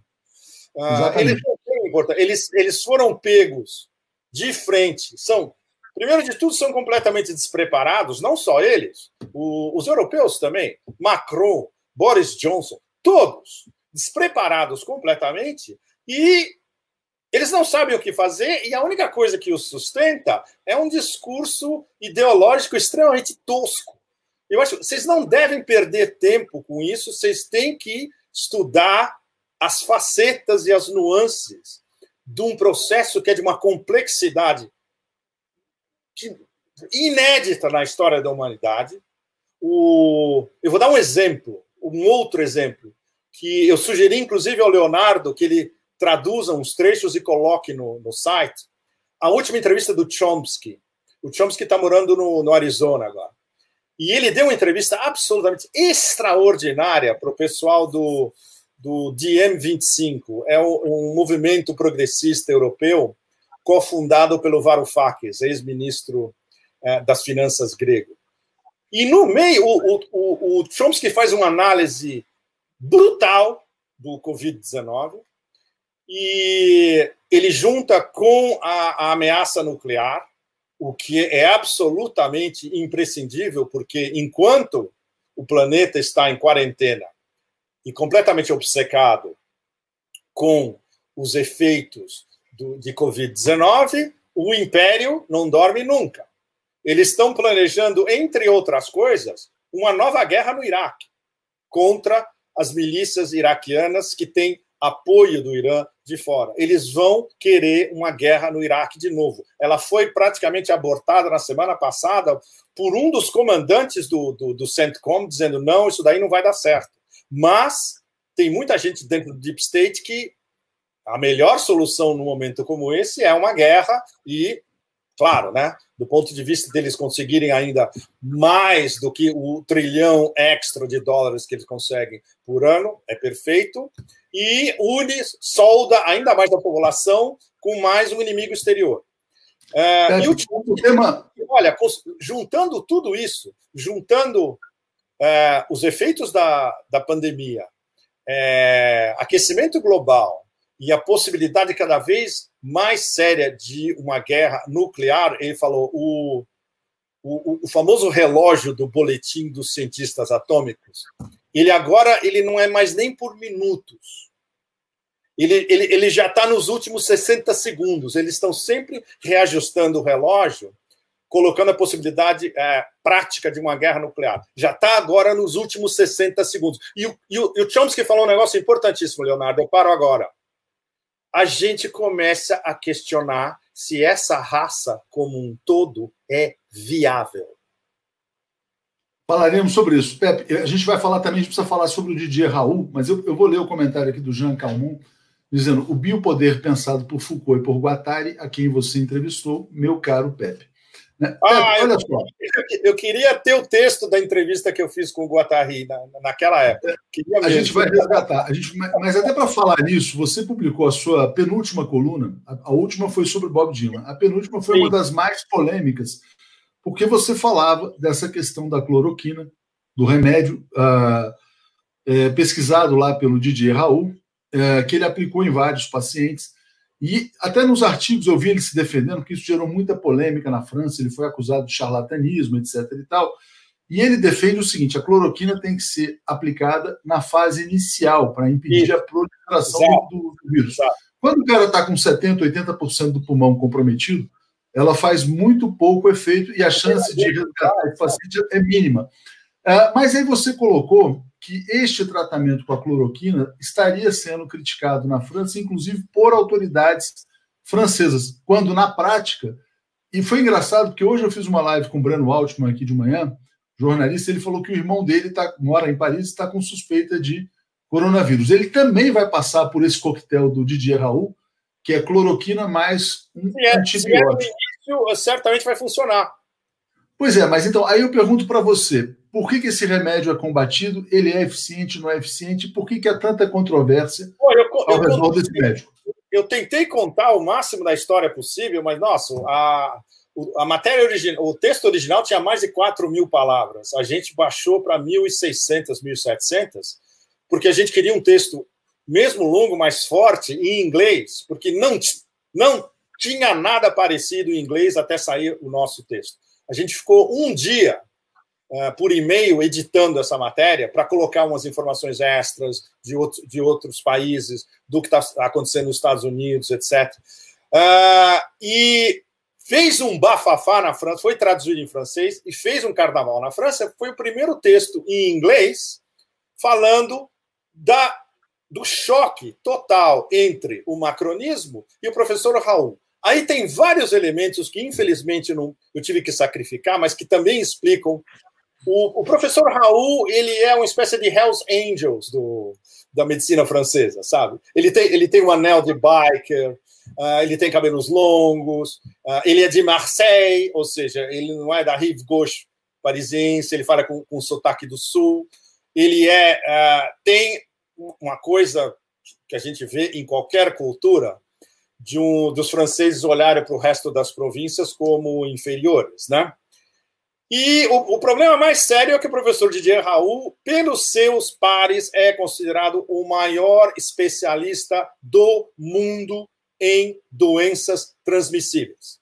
Eles foram pegos de frente, primeiro de tudo, são completamente despreparados, não só eles, os europeus também, Macron, Boris Johnson, todos despreparados completamente, e eles não sabem o que fazer, e a única coisa que os sustenta é um discurso ideológico extremamente tosco. Eu acho que vocês não devem perder tempo com isso, vocês têm que estudar as facetas e as nuances de um processo que é de uma complexidade inédita na história da humanidade. Eu vou dar um outro exemplo, que eu sugeri, inclusive, ao Leonardo, que ele traduza uns trechos e coloque no site. A última entrevista do Chomsky. O Chomsky está morando no Arizona agora. E ele deu uma entrevista absolutamente extraordinária para o pessoal do DiEM25. É um movimento progressista europeu cofundado pelo Varoufakis, ex-ministro das finanças grego. E no meio, o Chomsky faz uma análise brutal do Covid-19 e ele junta com a ameaça nuclear, o que é absolutamente imprescindível, porque enquanto o planeta está em quarentena e completamente obcecado com os efeitos de Covid-19, o império não dorme nunca. Eles estão planejando, entre outras coisas, uma nova guerra no Iraque contra as milícias iraquianas que têm apoio do Irã de fora. Eles vão querer uma guerra no Iraque de novo. Ela foi praticamente abortada na semana passada por um dos comandantes do CENTCOM, dizendo, não, isso daí não vai dar certo. Mas tem muita gente dentro do Deep State que a melhor solução num momento como esse é uma guerra e, claro, né, do ponto de vista deles conseguirem ainda mais do que o trilhão extra de dólares que eles conseguem por ano, é perfeito, e solda ainda mais da população com mais um inimigo exterior. Olha, juntando tudo isso, juntando os efeitos da pandemia, aquecimento global e a possibilidade cada vez mais séria de uma guerra nuclear, ele falou, o famoso relógio do boletim dos cientistas atômicos, ele não é mais nem por minutos. Ele já está nos últimos 60 segundos. Eles estão sempre reajustando o relógio, colocando a possibilidade prática de uma guerra nuclear. Já está agora nos últimos 60 segundos. E o Chomsky falou um negócio importantíssimo, Leonardo. Eu paro agora. A gente começa a questionar se essa raça como um todo é viável. Falaremos sobre isso. Pepe, a gente vai falar também, a gente precisa falar sobre o Didier Raoult, mas eu vou ler o comentário aqui do Jean Calmon, dizendo, o biopoder pensado por Foucault e por Guattari, a quem você entrevistou, meu caro Pepe. Né? Olha só. Eu queria ter o texto da entrevista que eu fiz com o Guattari naquela época. A gente vai resgatar. Mas até para falar nisso, você publicou a sua penúltima coluna, a última foi sobre Bob Dylan, a penúltima foi uma das mais polêmicas, porque você falava dessa questão da cloroquina, do remédio pesquisado lá pelo Didier Raoult, que ele aplicou em vários pacientes. E até nos artigos eu vi ele se defendendo, porque isso gerou muita polêmica na França, ele foi acusado de charlatanismo, etc. e tal. E ele defende o seguinte: a cloroquina tem que ser aplicada na fase inicial, para impedir a proliferação do vírus. Exato. Quando o cara está com 70%, 80% do pulmão comprometido, ela faz muito pouco efeito e a chance de resgatar o paciente é mínima. Mas aí você colocou que este tratamento com a cloroquina estaria sendo criticado na França, inclusive por autoridades francesas, quando na prática, e foi engraçado porque hoje eu fiz uma live com o Breno Altman aqui de manhã, jornalista, ele falou que o irmão dele mora em Paris e está com suspeita de coronavírus. Ele também vai passar por esse coquetel do Didier Raoult, que é cloroquina mais um antibiótico. Se no início, certamente vai funcionar. Pois é, mas então, aí eu pergunto para você, por que esse remédio é combatido, ele é eficiente, não é eficiente, por que há tanta controvérsia ao redor desse médico? Eu tentei contar o máximo da história possível, mas, nossa, a matéria original, o texto original tinha mais de 4.000 palavras. A gente baixou para 1.600, 1.700, porque a gente queria um texto, mesmo longo, mais forte, em inglês, porque não tinha nada parecido em inglês até sair o nosso texto. A gente ficou um dia por e-mail editando essa matéria para colocar umas informações extras de outros países, do que está acontecendo nos Estados Unidos, etc. E fez um bafafá na França, foi traduzido em francês e fez um carnaval na França. Foi o primeiro texto em inglês falando do choque total entre o macronismo e o professor Raoult. Aí tem vários elementos que, infelizmente, eu tive que sacrificar, mas que também explicam. O professor Raoult, ele é uma espécie de Hells Angels da medicina francesa, sabe? Ele tem um anel de biker, ele tem cabelos longos, ele é de Marseille, ou seja, ele não é da rive gauche parisiense, ele fala com sotaque do sul. Ele tem uma coisa que a gente vê em qualquer cultura, dos franceses olharem para o resto das províncias como inferiores, né? E o problema mais sério é que o professor Didier Raoult, pelos seus pares, é considerado o maior especialista do mundo em doenças transmissíveis.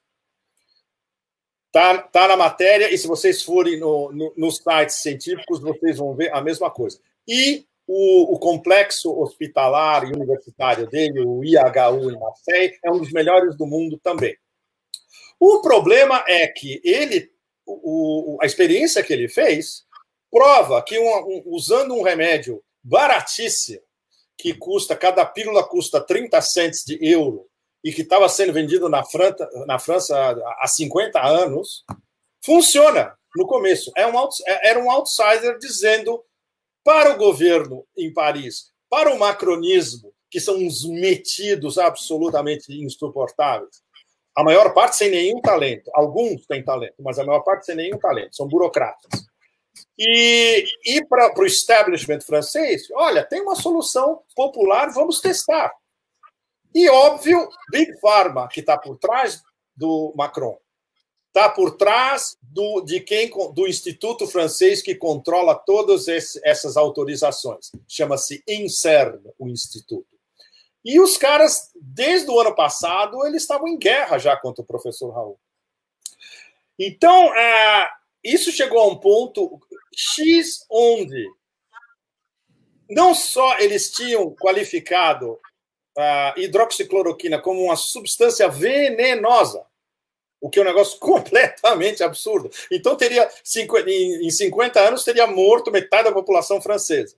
Tá na matéria, e se vocês forem nos sites científicos, vocês vão ver a mesma coisa. E o complexo hospitalar e universitário dele, o IHU em Marseille, é um dos melhores do mundo também. O problema é que a experiência que ele fez prova que usando um remédio baratíssimo, que cada pílula custa 30 cents de euro, e que estava sendo vendido na França há 50 anos, funciona no começo. Era um outsider dizendo para o governo em Paris, para o macronismo, que são uns metidos absolutamente insuportáveis, a maior parte sem nenhum talento. Alguns têm talento, mas a maior parte sem nenhum talento. São burocratas. E para o establishment francês, olha, tem uma solução popular, vamos testar. E, óbvio, Big Pharma, que está por trás do Macron, está por trás do Instituto Francês que controla todas essas autorizações. Chama-se INSERM, o Instituto. E os caras, desde o ano passado, eles estavam em guerra já contra o professor Raoult. Então, isso chegou a um ponto X onde não só eles tinham qualificado a hidroxicloroquina como uma substância venenosa, o que é um negócio completamente absurdo. Então, em 50 anos, teria morto metade da população francesa.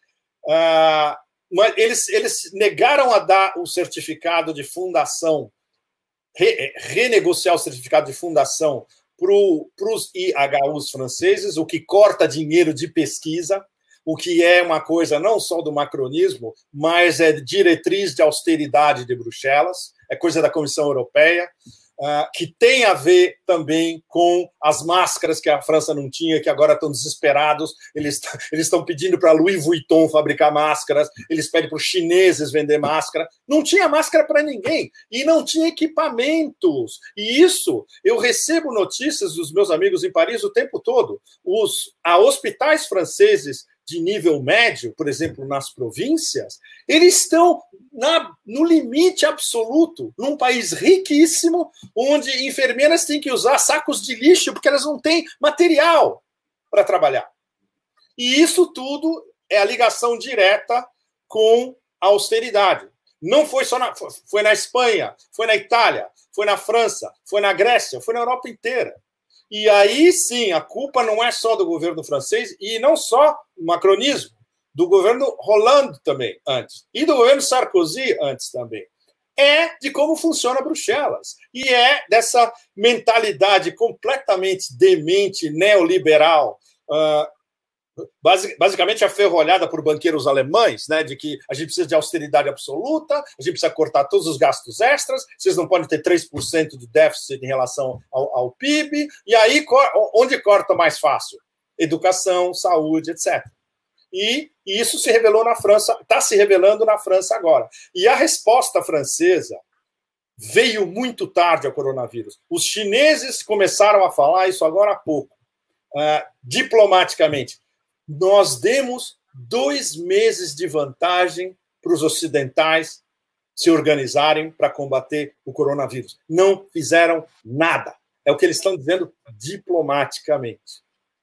Mas eles negaram a dar o certificado de fundação, renegociar o certificado de fundação para os IHUs franceses, o que corta dinheiro de pesquisa, o que é uma coisa não só do macronismo, mas é diretriz de austeridade de Bruxelas, é coisa da Comissão Europeia. que tem a ver também com as máscaras que a França não tinha, que agora estão desesperados. Eles estão pedindo para a Louis Vuitton fabricar máscaras, eles pedem para os chineses vender máscara. Não tinha máscara para ninguém e não tinha equipamentos. E isso, eu recebo notícias dos meus amigos em Paris o tempo todo. Os hospitais franceses de nível médio, por exemplo, nas províncias, eles estão no limite absoluto, num país riquíssimo, onde enfermeiras têm que usar sacos de lixo porque elas não têm material para trabalhar. E isso tudo é a ligação direta com a austeridade. Não foi só foi na Espanha, foi na Itália, foi na França, foi na Grécia, foi na Europa inteira. E aí, sim, a culpa não é só do governo francês e não só o macronismo, do governo Hollande também, antes, e do governo Sarkozy antes também. É de como funciona Bruxelas. E é dessa mentalidade completamente demente, neoliberal, basicamente aferrolhada por banqueiros alemães, né, de que a gente precisa de austeridade absoluta, a gente precisa cortar todos os gastos extras, vocês não podem ter 3% de déficit em relação ao PIB, e aí onde corta mais fácil? Educação, saúde, etc. E isso se revelou na França, está se revelando na França agora. E a resposta francesa veio muito tarde ao coronavírus. Os chineses começaram a falar isso agora há pouco, diplomaticamente. Nós demos 2 meses de vantagem para os ocidentais se organizarem para combater o coronavírus. Não fizeram nada. É o que eles estão dizendo diplomaticamente.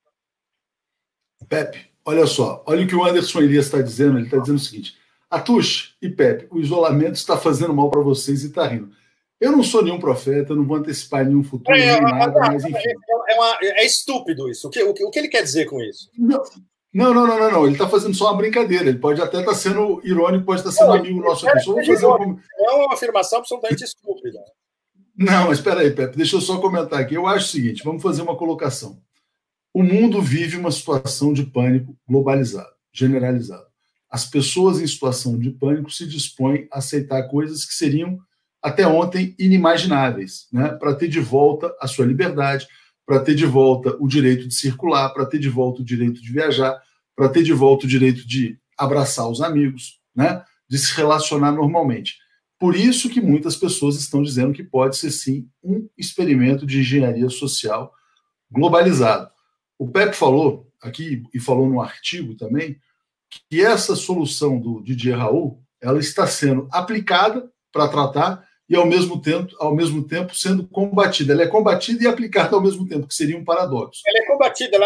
Pepe, olha só. Olha o que o Anderson Elias está dizendo. Ele está dizendo o seguinte: Atush e Pepe, o isolamento está fazendo mal para vocês e está rindo. Eu não sou nenhum profeta, não vou antecipar nenhum futuro, nem nada, mas enfim. É estúpido isso. O que ele quer dizer com isso? Não. Ele está fazendo só uma brincadeira. Ele pode até estar sendo irônico, pode estar sendo amigo nosso aqui. É uma afirmação absolutamente estúpida. Não, mas espera aí, Pepe, deixa eu só comentar aqui. Eu acho o seguinte, vamos fazer uma colocação. O mundo vive uma situação de pânico globalizado, generalizado. As pessoas em situação de pânico se dispõem a aceitar coisas que seriam, até ontem, inimagináveis, né? Para ter de volta a sua liberdade, para ter de volta o direito de circular, para ter de volta o direito de viajar, para ter de volta o direito de abraçar os amigos, né? De se relacionar normalmente. Por isso que muitas pessoas estão dizendo que pode ser, sim, um experimento de engenharia social globalizado. O Pepe falou aqui, e falou no artigo também, que essa solução do Didier Raoult, ela está sendo aplicada para tratar e, ao mesmo tempo, sendo combatida. Ela é combatida e aplicada ao mesmo tempo, que seria um paradoxo. Ela é combatida.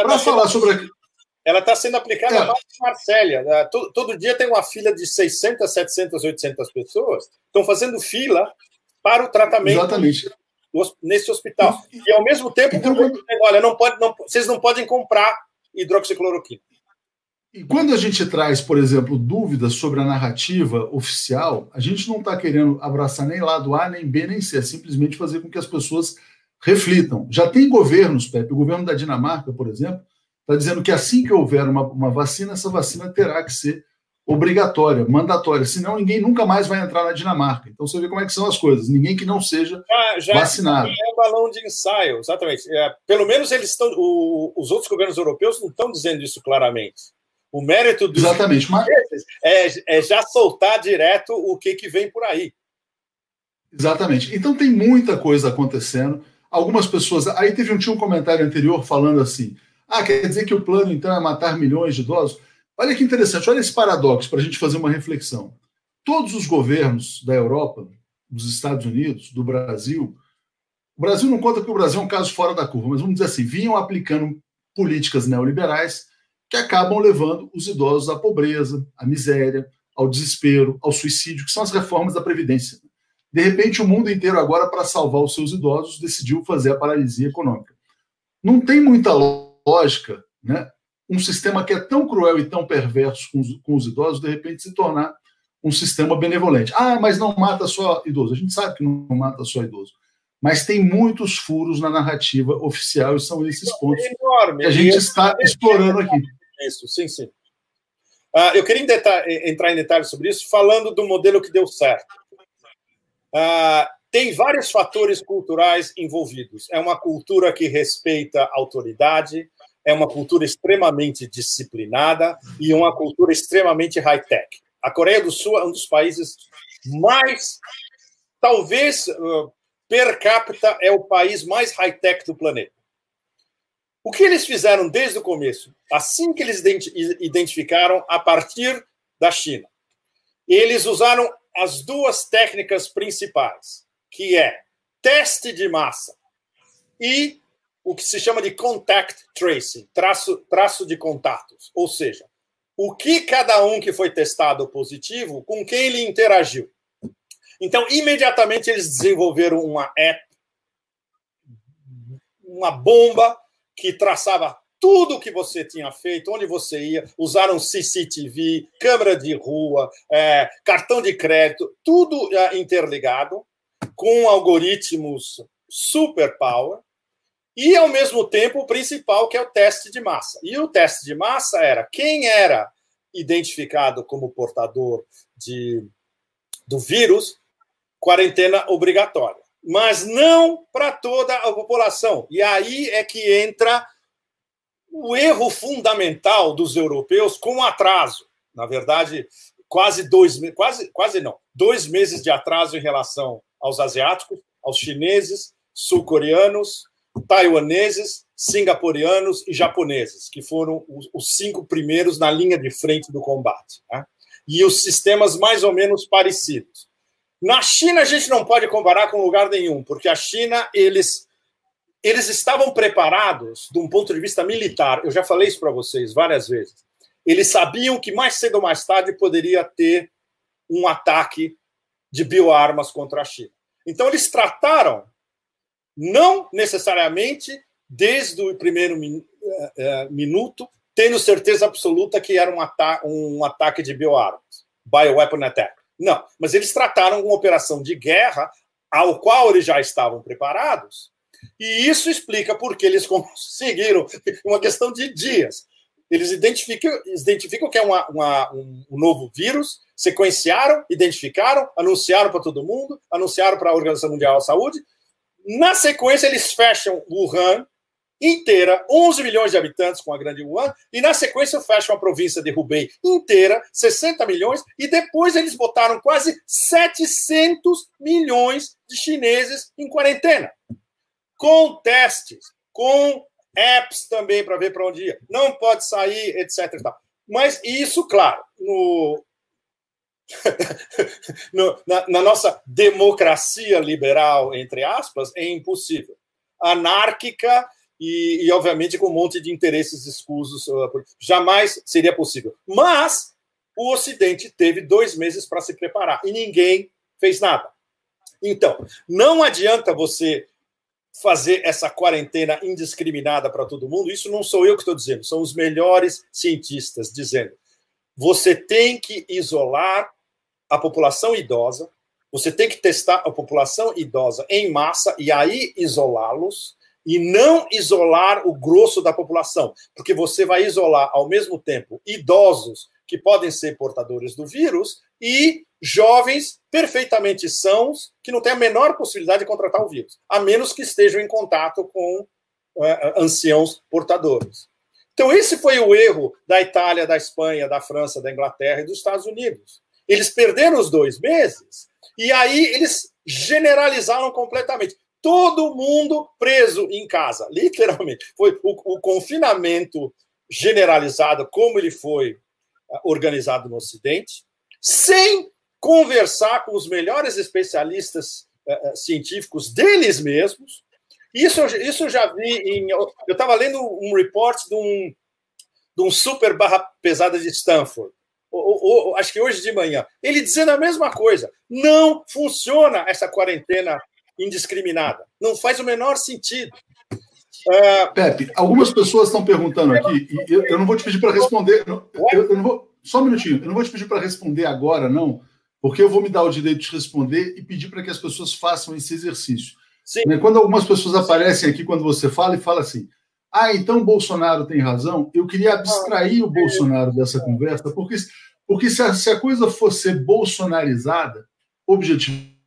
Ela está sendo aplicada mais que Marsella. Todo dia tem uma fila de 600, 700, 800 pessoas estão fazendo fila para o tratamento. Exatamente. Nesse hospital. E, ao mesmo tempo, olha, vocês não podem comprar hidroxicloroquina. E quando a gente traz, por exemplo, dúvidas sobre a narrativa oficial, a gente não está querendo abraçar nem lado A, nem B, nem C, é simplesmente fazer com que as pessoas reflitam. Já tem governos, Pepe, o governo da Dinamarca, por exemplo, está dizendo que assim que houver uma vacina, essa vacina terá que ser obrigatória, mandatória, senão ninguém nunca mais vai entrar na Dinamarca. Então você vê como é que são as coisas, ninguém que não seja vacinado. É um balão de ensaio, exatamente. Pelo menos os outros governos europeus não estão dizendo isso claramente. O mérito dos é já soltar direto o que vem por aí. Exatamente. Então tem muita coisa acontecendo. Algumas pessoas... Aí tinha um comentário anterior falando assim, quer dizer que o plano então é matar milhões de idosos? Olha que interessante, olha esse paradoxo para a gente fazer uma reflexão. Todos os governos da Europa, dos Estados Unidos, do Brasil, o Brasil não conta porque o Brasil é um caso fora da curva, mas vamos dizer assim, vinham aplicando políticas neoliberais que acabam levando os idosos à pobreza, à miséria, ao desespero, ao suicídio, que são as reformas da Previdência. De repente, o mundo inteiro agora, para salvar os seus idosos, decidiu fazer a paralisia econômica. Não tem muita lógica, né? Um sistema que é tão cruel e tão perverso com os idosos, de repente se tornar um sistema benevolente. Mas não mata só idoso. A gente sabe que não mata só idoso. Mas tem muitos furos na narrativa oficial e são esses pontos que a gente está explorando aqui. Isso, sim. Eu queria entrar em detalhes sobre isso, falando do modelo que deu certo. tem vários fatores culturais envolvidos. É uma cultura que respeita a autoridade, é uma cultura extremamente disciplinada e uma cultura extremamente high-tech. A Coreia do Sul é um dos países mais, talvez, per capita, é o país mais high-tech do planeta. O que eles fizeram desde o começo? Assim que eles identificaram a partir da China, eles usaram as duas técnicas principais, que é teste de massa e o que se chama de contact tracing, traço de contatos. Ou seja, o que cada um que foi testado positivo, com quem ele interagiu. Então, imediatamente, eles desenvolveram uma app, uma bomba que traçava tudo o que você tinha feito, onde você ia, usaram CCTV, câmera de rua, cartão de crédito, tudo interligado, com algoritmos super power, e, ao mesmo tempo, o principal, que é o teste de massa. E o teste de massa era quem era identificado como portador do vírus, quarentena obrigatória. Mas não para toda a população. E aí é que entra o erro fundamental dos europeus com atraso. Na verdade, quase 2 meses de atraso em relação aos asiáticos, aos chineses, sul-coreanos, taiwaneses, singapurianos e japoneses, que foram os 5 primeiros na linha de frente do combate, né? E os sistemas mais ou menos parecidos. Na China, a gente não pode comparar com lugar nenhum, porque a China, eles estavam preparados de um ponto de vista militar. Eu já falei isso para vocês várias vezes. Eles sabiam que mais cedo ou mais tarde poderia ter um ataque de bioarmas contra a China. Então, eles trataram, não necessariamente desde o primeiro minuto, tendo certeza absoluta que era um ataque de bioarmas, bioweapon attack. Não, mas eles trataram uma operação de guerra ao qual eles já estavam preparados, e isso explica por que eles conseguiram, uma questão de dias. Eles identificam que é um novo vírus, sequenciaram, identificaram, anunciaram para todo mundo, anunciaram para a Organização Mundial da Saúde. Na sequência, eles fecham Wuhan inteira, 11 milhões de habitantes com a grande Wuhan, e na sequência fecham a província de Hubei inteira, 60 milhões, e depois eles botaram quase 700 milhões de chineses em quarentena, com testes, com apps também para ver para onde ia. Não pode sair, etc. E tal. Mas isso, claro, na nossa democracia liberal, entre aspas, é impossível. Anárquica e, obviamente, com um monte de interesses escusos. Jamais seria possível. Mas o Ocidente teve 2 meses para se preparar e ninguém fez nada. Então, não adianta você fazer essa quarentena indiscriminada para todo mundo. Isso não sou eu que estou dizendo, são os melhores cientistas dizendo. Você tem que isolar a população idosa, você tem que testar a população idosa em massa e aí isolá-los e não isolar o grosso da população, porque você vai isolar ao mesmo tempo idosos que podem ser portadores do vírus e jovens perfeitamente sãos que não têm a menor possibilidade de contratar o vírus, a menos que estejam em contato com anciãos portadores. Então, esse foi o erro da Itália, da Espanha, da França, da Inglaterra e dos Estados Unidos. Eles perderam os 2 meses e aí eles generalizaram completamente. Todo mundo preso em casa, literalmente. Foi o confinamento generalizado, como ele foi organizado no Ocidente, sem conversar com os melhores especialistas científicos deles mesmos. Isso eu já vi eu estava lendo um report de um super barra pesada de Stanford, acho que hoje de manhã, ele dizendo a mesma coisa. Não funciona essa quarentena indiscriminada. Não faz o menor sentido. Pepe, algumas pessoas estão perguntando aqui, e eu não vou te pedir para responder. Eu não vou, só um minutinho, eu não vou te pedir para responder agora, não, porque eu vou me dar o direito de responder e pedir para que as pessoas façam esse exercício. Sim. Quando algumas pessoas aparecem aqui, quando você fala e fala assim, então Bolsonaro tem razão, eu queria abstrair o Bolsonaro dessa conversa, porque se a coisa fosse bolsonarizada, objetivamente,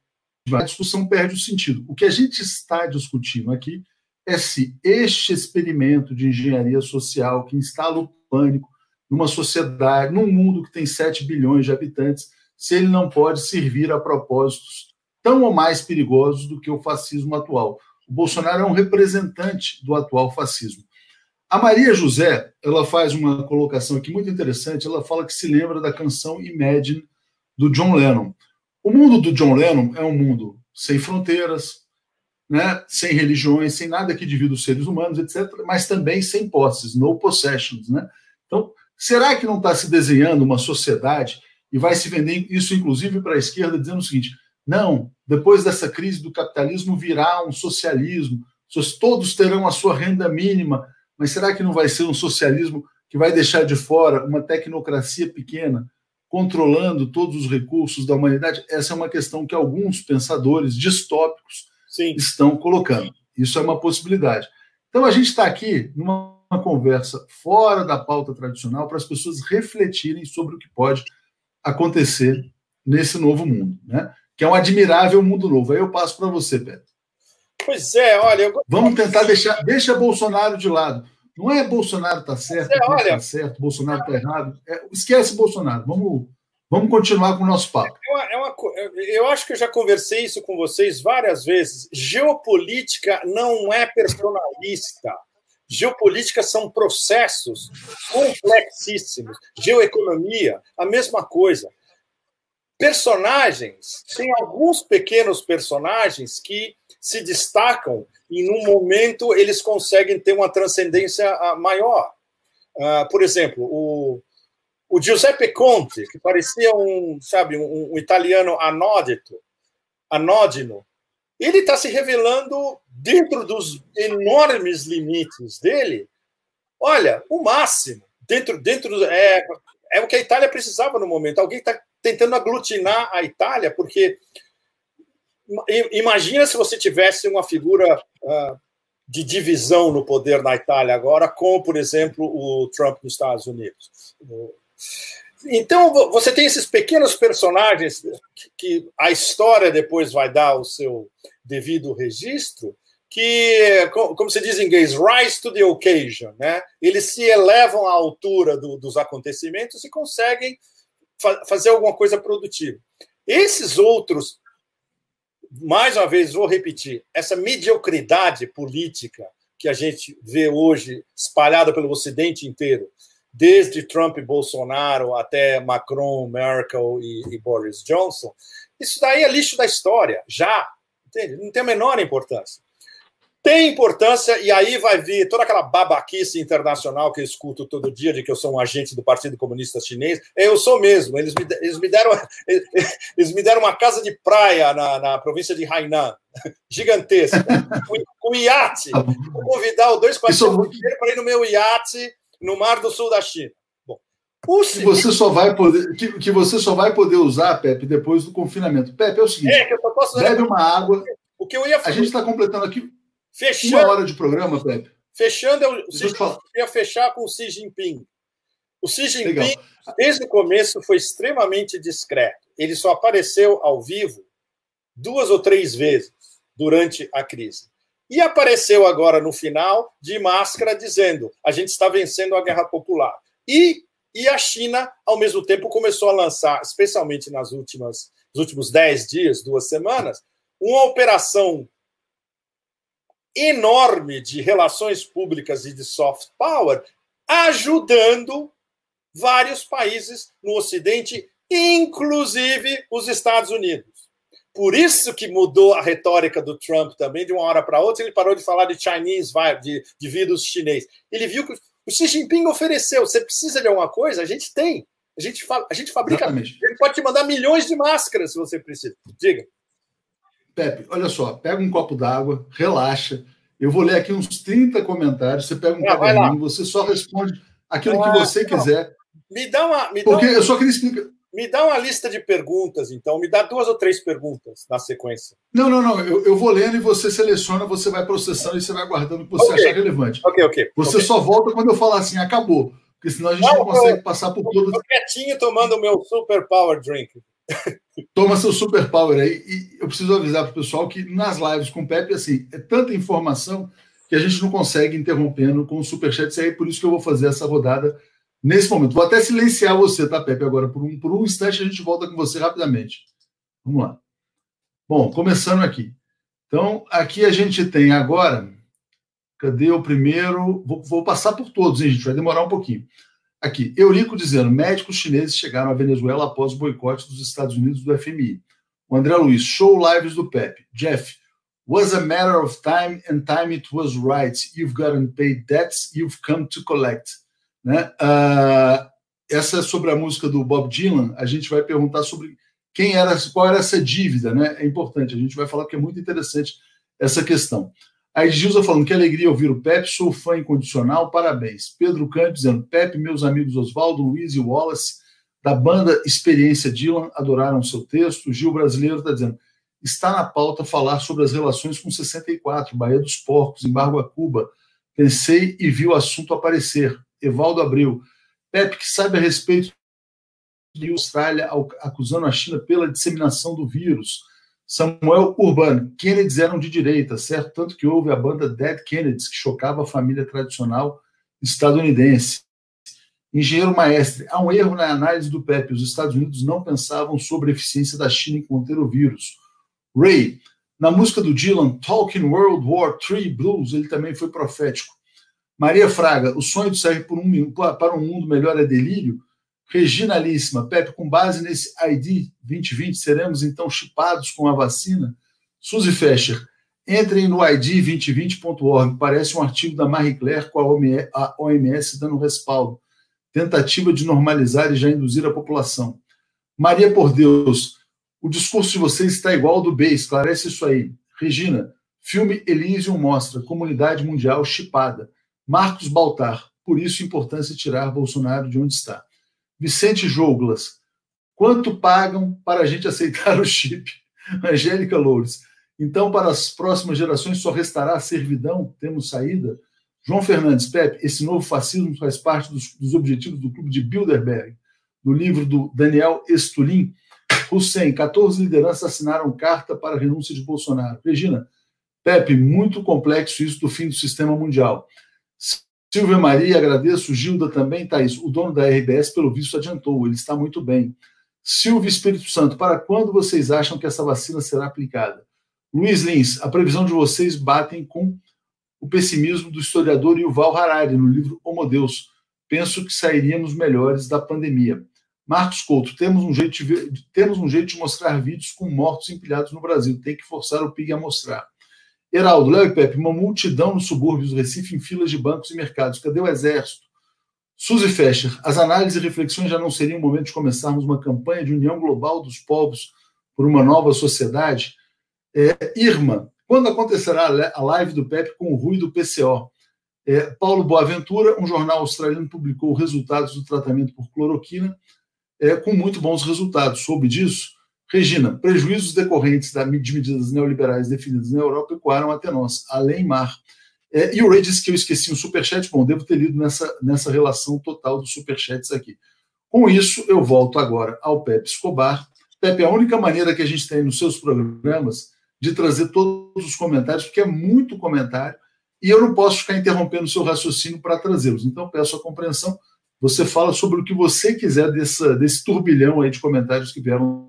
a discussão perde o sentido. O que a gente está discutindo aqui é se este experimento de engenharia social que instala o pânico numa sociedade, num mundo que tem 7 bilhões de habitantes, se ele não pode servir a propósitos tão ou mais perigosos do que o fascismo atual. O Bolsonaro é um representante do atual fascismo. A Maria José, ela faz uma colocação aqui muito interessante, ela fala que se lembra da canção Imagine, do John Lennon. O mundo do John Lennon é um mundo sem fronteiras, né, sem religiões, sem nada que divida os seres humanos, etc., mas também sem posses, no possessions. Né? Então, será que não está se desenhando uma sociedade e vai se vender isso, inclusive, para a esquerda, dizendo o seguinte: não, depois dessa crise do capitalismo virá um socialismo, todos terão a sua renda mínima, mas será que não vai ser um socialismo que vai deixar de fora uma tecnocracia pequena, controlando todos os recursos da humanidade? Essa é uma questão que alguns pensadores distópicos estão colocando. Isso é uma possibilidade. Então, a gente está aqui numa conversa fora da pauta tradicional para as pessoas refletirem sobre o que pode acontecer nesse novo mundo, né? Que é um admirável mundo novo. Aí eu passo para você, Pedro. Pois é, olha... Vamos tentar deixa Bolsonaro de lado. Não é Bolsonaro está certo, está certo, Bolsonaro está errado. Esquece Bolsonaro. Vamos continuar com o nosso papo. Eu acho que eu já conversei isso com vocês várias vezes. Geopolítica não é personalista. Geopolítica são processos complexíssimos. Geoeconomia, a mesma coisa. Personagens, tem alguns pequenos personagens que se destacam e, num momento, eles conseguem ter uma transcendência maior. Por exemplo, o Giuseppe Conte, que parecia um italiano anódino, ele está se revelando, dentro dos enormes limites dele, olha, o máximo. É o que a Itália precisava no momento. Alguém está tentando aglutinar a Itália, porque imagina se você tivesse uma figura de divisão no poder na Itália agora, como, por exemplo, o Trump nos Estados Unidos. Então, você tem esses pequenos personagens que a história depois vai dar o seu devido registro, que, como se diz em inglês, rise to the occasion, né? Eles se elevam à altura dos acontecimentos e conseguem fazer alguma coisa produtiva. Esses outros, mais uma vez, vou repetir, essa mediocridade política que a gente vê hoje espalhada pelo Ocidente inteiro, desde Trump e Bolsonaro até Macron, Merkel e Boris Johnson, isso daí é lixo da história, já, entende? Não tem a menor importância. Tem importância, e aí vai vir toda aquela babaquice internacional que eu escuto todo dia, de que eu sou um agente do Partido Comunista Chinês. Eu sou mesmo. Eles me deram uma casa de praia na província de Hainan, gigantesca, com iate. Vou convidar o 247 para ir no meu iate no Mar do Sul da China. Bom, que você só vai poder usar, Pepe, depois do confilamento. Pepe, é o seguinte, que eu só posso bebe uma água. O que eu ia fazer... A gente está completando aqui Fechando, 1 hora de programa, Pepe. Fechando, eu ia fechar com o Xi Jinping. O Xi Jinping, legal, desde o começo, foi extremamente discreto. Ele só apareceu ao vivo 2 ou 3 vezes durante a crise. E apareceu agora, no final, de máscara, dizendo: a gente está vencendo a guerra popular. E a China, ao mesmo tempo, começou a lançar, especialmente nos últimos 10 dias, 2 semanas, uma operação enorme de relações públicas e de soft power, ajudando vários países no Ocidente, inclusive os Estados Unidos. Por isso que mudou a retórica do Trump também, de uma hora para outra, ele parou de falar de Chinese virus, de vírus chinês. Ele viu que o Xi Jinping ofereceu: você precisa de alguma coisa? A gente tem. A gente fabrica. Exatamente. A gente pode te mandar milhões de máscaras se você precisa. Diga. Pepe, olha só, pega um copo d'água, relaxa. Eu vou ler aqui uns 30 comentários. Você pega um caderninho, você só responde aquilo que você quiser. Eu só queria explicar. Me dá uma lista de perguntas, então. Me dá 2 ou 3 perguntas na sequência. Não. Eu vou lendo e você seleciona, você vai processando e você vai guardando o que você achar relevante. Ok. Você só volta quando eu falar assim, acabou. Porque senão a gente não consegue passar por todas. Estou quietinho tomando o meu super power drink. Toma seu superpower aí. E eu preciso avisar para o pessoal que nas lives com o Pepe, assim, é tanta informação que a gente não consegue interrompendo com o superchat. E aí por isso que eu vou fazer essa rodada nesse momento. Vou até silenciar você, tá, Pepe? Agora, por um instante, a gente volta com você rapidamente. Vamos lá. Bom, começando aqui. Então, aqui a gente tem agora. Cadê o primeiro? Vou passar por todos, hein, gente? Vai demorar um pouquinho. Aqui, Eurico dizendo: médicos chineses chegaram à Venezuela após o boicote dos Estados Unidos do FMI. O André Luiz: show lives do Pepe. Jeff: was a matter of time and time it was right. You've gotten paid debts, you've come to collect. Né? Essa é sobre a música do Bob Dylan. A gente vai perguntar sobre qual era essa dívida, né? É importante, a gente vai falar porque é muito interessante essa questão. A Gilza falando: que alegria ouvir o Pepe, sou fã incondicional, parabéns. Pedro Cândido dizendo: Pepe, meus amigos Oswaldo, Luiz e Wallace, da banda Experiência Dylan, adoraram seu texto. O Gil Brasileiro está dizendo: está na pauta falar sobre as relações com 64, Baía dos Porcos, embargo a Cuba. Pensei e vi o assunto aparecer. Evaldo Abreu: Pepe, que sabe a respeito da Austrália acusando a China pela disseminação do vírus. Samuel Urbano: Kennedys eram de direita, certo? Tanto que houve a banda Dead Kennedys, que chocava a família tradicional estadunidense. Engenheiro Maestre: há um erro na análise do Pepe. Os Estados Unidos não pensavam sobre a eficiência da China em conter o vírus. Ray: na música do Dylan, Talking World War III Blues, ele também foi profético. Maria Fraga: o sonho de sair para um mundo melhor é delírio. Regina Líssima: Pepe, com base nesse ID 2020, seremos então chipados com a vacina? Suzy Fescher: entrem no id2020.org, parece um artigo da Marie Claire com a OMS dando respaldo. Tentativa de normalizar e já induzir a população. Maria por Deus: o discurso de vocês está igual ao do B, esclarece isso aí. Regina: filme Elysium mostra comunidade mundial chipada. Marcos Baltar: por isso a importância de tirar Bolsonaro de onde está. Vicente Jouglas: quanto pagam para a gente aceitar o chip? Angélica Loures: então, para as próximas gerações só restará a servidão? Temos saída? João Fernandes: Pepe, esse novo fascismo faz parte dos objetivos do Clube de Bilderberg, no livro do Daniel Estulin. Hussein: 14 lideranças assinaram carta para a renúncia de Bolsonaro. Regina: Pepe, muito complexo isso do fim do sistema mundial. Silvia Maria: agradeço. Gilda também. Thaís: o dono da RBS, pelo visto, adiantou. Ele está muito bem. Silvia Espírito Santo: para quando vocês acham que essa vacina será aplicada? Luiz Lins: a previsão de vocês batem com o pessimismo do historiador Yuval Harari, no livro Homo Deus. Penso que sairíamos melhores da pandemia. Marcos Couto: temos um jeito de mostrar vídeos com mortos empilhados no Brasil. Tem que forçar o PIG a mostrar. Heraldo: Léo e Pepe, uma multidão nos subúrbios do Recife em filas de bancos e mercados. Cadê o exército? Suzy Fescher: as análises e reflexões já não seriam o momento de começarmos uma campanha de união global dos povos por uma nova sociedade? Irma: quando acontecerá a live do Pepe com o Rui do PCO? Paulo Boaventura: um jornal australiano publicou resultados do tratamento por cloroquina com muito bons resultados. Soube disso? Regina: prejuízos decorrentes de medidas neoliberais definidas na Europa ecoaram até nós. Além mar. E o Ray disse que eu esqueci um superchat. Bom, devo ter lido nessa relação total dos superchats aqui. Com isso, eu volto agora ao Pepe Escobar. Pepe, a única maneira que a gente tem nos seus programas de trazer todos os comentários, porque é muito comentário, e eu não posso ficar interrompendo o seu raciocínio para trazê-los. Então, peço a compreensão. Você fala sobre o que você quiser desse turbilhão aí de comentários que vieram.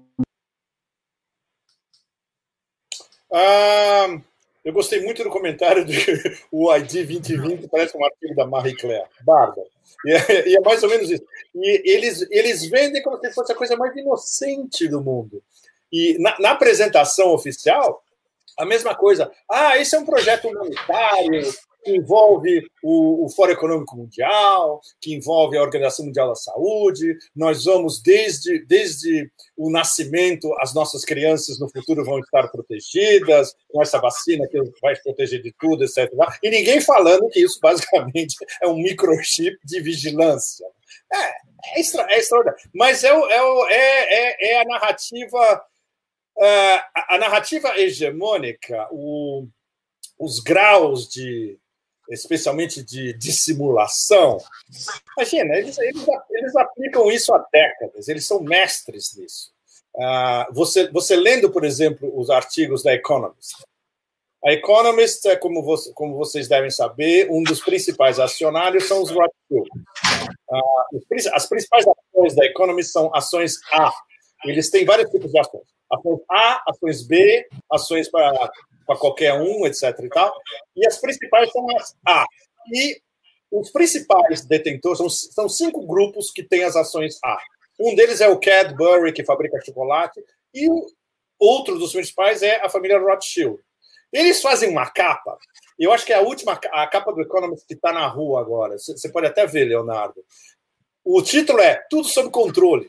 Eu gostei muito do comentário do o ID 2020, parece um artigo da Marie Claire. Bárbaro. E é mais ou menos isso. E eles vendem como se fosse a coisa mais inocente do mundo. E na apresentação oficial, a mesma coisa. Esse é um projeto humanitário que envolve o Fórum Econômico Mundial, que envolve a Organização Mundial da Saúde. Nós vamos, desde o nascimento, as nossas crianças no futuro vão estar protegidas, com essa vacina que vai proteger de tudo, etc. E ninguém falando que isso, basicamente, é um microchip de vigilância. É extraordinário. Mas é a narrativa... a narrativa hegemônica, os graus especialmente de dissimulação, imagina, eles aplicam isso há décadas, eles são mestres nisso. Você lendo, por exemplo, os artigos da Economist. A Economist, como vocês devem saber, um dos principais acionários são os Rothschild. As principais ações da Economist são ações A. Eles têm vários tipos de ações. Ações A, ações B, ações para qualquer um, etc. E tal. E as principais são as A. E os principais detentores são 5 grupos que têm as ações A. Um deles é o Cadbury, que fabrica chocolate, e o outro dos principais é a família Rothschild. Eles fazem uma capa, eu acho que é a capa do Economist que está na rua agora. Você pode até ver, Leonardo. O título é Tudo Sob Controle.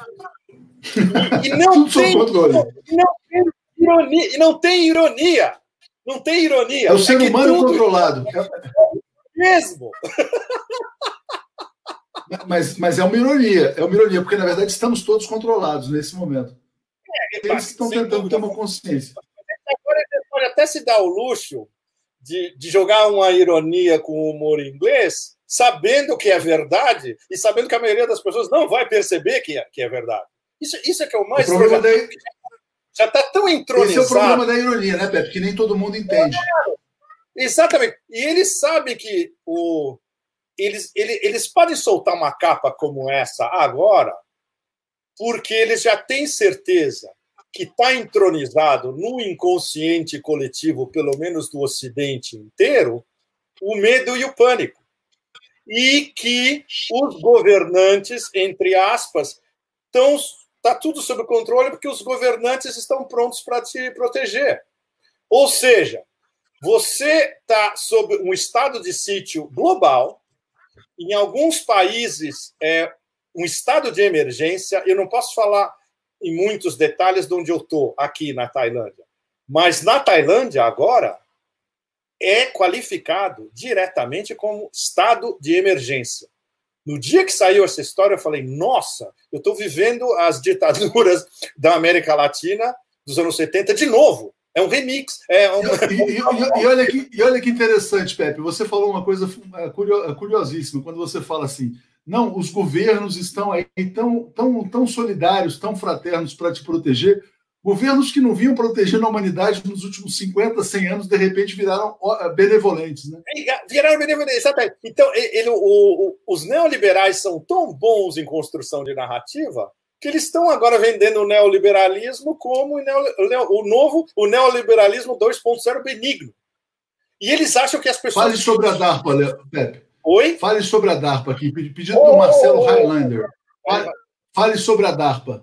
E não tem ironia. Não tem ironia. É o ser humano controlado. Mesmo. Mas é uma ironia, porque na verdade estamos todos controlados nesse momento. Eles estão tentando ter uma consciência. Agora você pode até se dar o luxo de jogar uma ironia com o humor inglês, sabendo que é verdade e sabendo que a maioria das pessoas não vai perceber que é verdade. Isso é que é o mais... Já está tão entronizado. Esse é o problema da ironia, né, Pepe? Que nem todo mundo entende. Exatamente. E eles sabem que eles podem soltar uma capa como essa agora, porque eles já têm certeza que está entronizado no inconsciente coletivo, pelo menos do Ocidente inteiro, o medo e o pânico. E que os governantes, entre aspas, está tudo sob controle porque os governantes estão prontos para te proteger. Ou seja, você está sob um estado de sítio global. Em alguns países, é um estado de emergência. Eu não posso falar em muitos detalhes de onde eu estou, aqui na Tailândia. Mas na Tailândia, agora, é qualificado diretamente como estado de emergência. No dia que saiu essa história, eu falei, nossa, eu estou vivendo as ditaduras da América Latina dos anos 70 de novo. É um remix. E olha que interessante, Pepe. Você falou uma coisa curiosíssima, quando você fala assim, não, os governos estão aí tão solidários, tão fraternos para te proteger. Governos que não vinham protegendo a humanidade nos últimos 50, 100 anos, de repente viraram benevolentes. Né? Viraram benevolentes, exatamente. Então, os neoliberais são tão bons em construção de narrativa que eles estão agora vendendo o neoliberalismo como o neoliberalismo 2.0 benigno. E eles acham que as pessoas... Fale sobre a DARPA, Pepe. Oi? Fale sobre a DARPA aqui, pedido do Marcelo Highlander. Fale sobre a DARPA.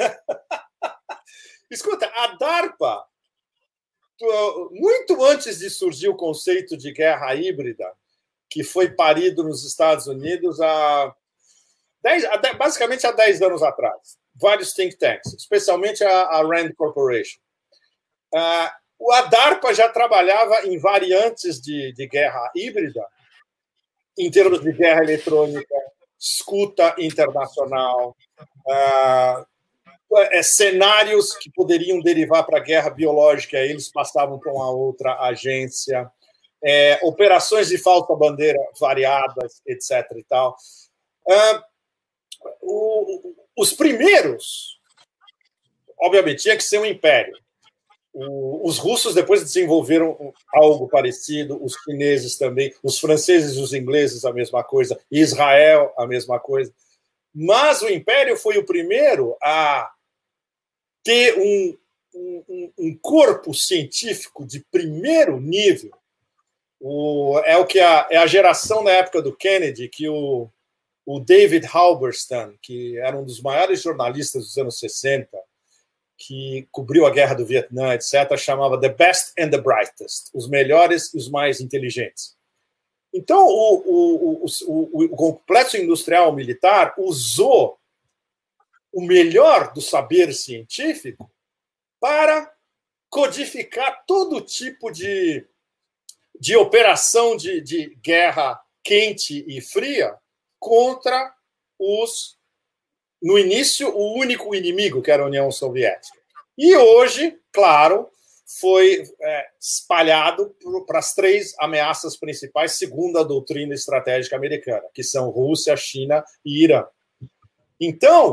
Escuta, a DARPA, muito antes de surgir o conceito de guerra híbrida, que foi parido nos Estados Unidos basicamente há 10 anos atrás, vários think tanks, especialmente a Rand Corporation. A DARPA já trabalhava em variantes de guerra híbrida, em termos de guerra eletrônica, escuta internacional, cenários que poderiam derivar para a guerra biológica, eles passavam para uma outra agência, operações de falsa bandeira variadas, etc. E tal. Os primeiros, obviamente, tinha que ser um império. Os russos depois desenvolveram algo parecido, os chineses também, os franceses e os ingleses a mesma coisa, Israel a mesma coisa. Mas o império foi o primeiro a ter um corpo científico de primeiro nível. É a geração na época do Kennedy que o David Halberstam, que era um dos maiores jornalistas dos anos 60, que cobriu a guerra do Vietnã, etc., chamava The Best and the Brightest, os melhores e os mais inteligentes. Então, o complexo industrial militar usou o melhor do saber científico para codificar todo tipo de operação de guerra quente e fria contra no início, o único inimigo, que era a União Soviética. E hoje, claro, foi espalhado para as 3 ameaças principais, segundo a doutrina estratégica americana, que são Rússia, China e Irã. Então,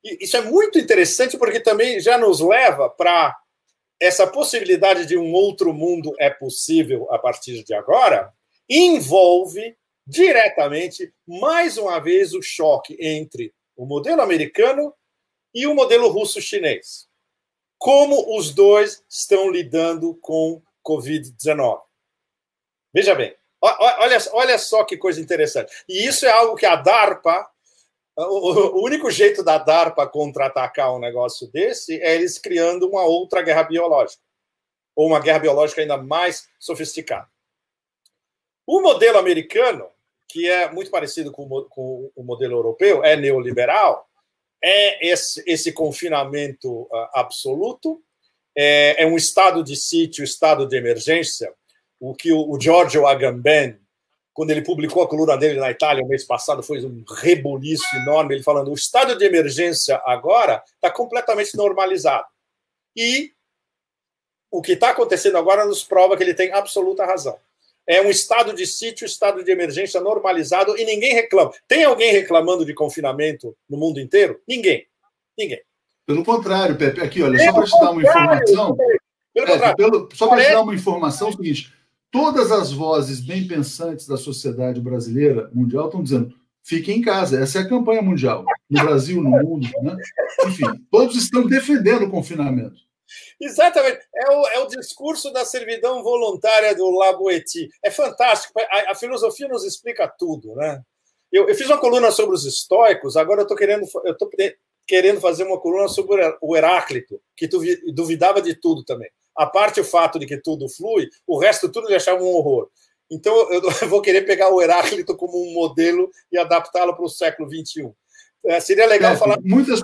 isso é muito interessante porque também já nos leva para essa possibilidade de um outro mundo é possível a partir de agora, envolve diretamente, mais uma vez, o choque entre o modelo americano e o modelo russo-chinês. Como os dois estão lidando com Covid-19. Veja bem, olha só que coisa interessante. E isso é algo que a DARPA, o único jeito da DARPA contra-atacar um negócio desse é eles criando uma outra guerra biológica, ou uma guerra biológica ainda mais sofisticada. O modelo americano, que é muito parecido com o modelo europeu, é neoliberal, é esse confinamento absoluto, é um estado de sítio, estado de emergência, o que o Giorgio Agamben, quando ele publicou a coluna dele na Itália, o mês passado, foi um rebuliço enorme, ele falando, o estado de emergência agora está completamente normalizado. E o que está acontecendo agora nos prova que ele tem absoluta razão. É um estado de sítio, estado de emergência normalizado e ninguém reclama. Tem alguém reclamando de confinamento no mundo inteiro? Ninguém. Ninguém. Pelo contrário, Pepe, aqui, olha, só para te dar uma informação. Só para te dar uma informação, é o seguinte: todas as vozes bem pensantes da sociedade brasileira, mundial, estão dizendo: fiquem em casa. Essa é a campanha mundial. No Brasil, no mundo, né? Enfim, todos estão defendendo o confinamento. Exatamente. É o discurso da servidão voluntária do Laboeti. É fantástico. A filosofia nos explica tudo, né? Eu fiz uma coluna sobre os estoicos, agora eu estou querendo fazer uma coluna sobre o Heráclito, que duvidava de tudo também. A parte o fato de que tudo flui, o resto tudo ele achava um horror. Então eu vou querer pegar o Heráclito como um modelo e adaptá-lo para o século XXI. Seria legal falar...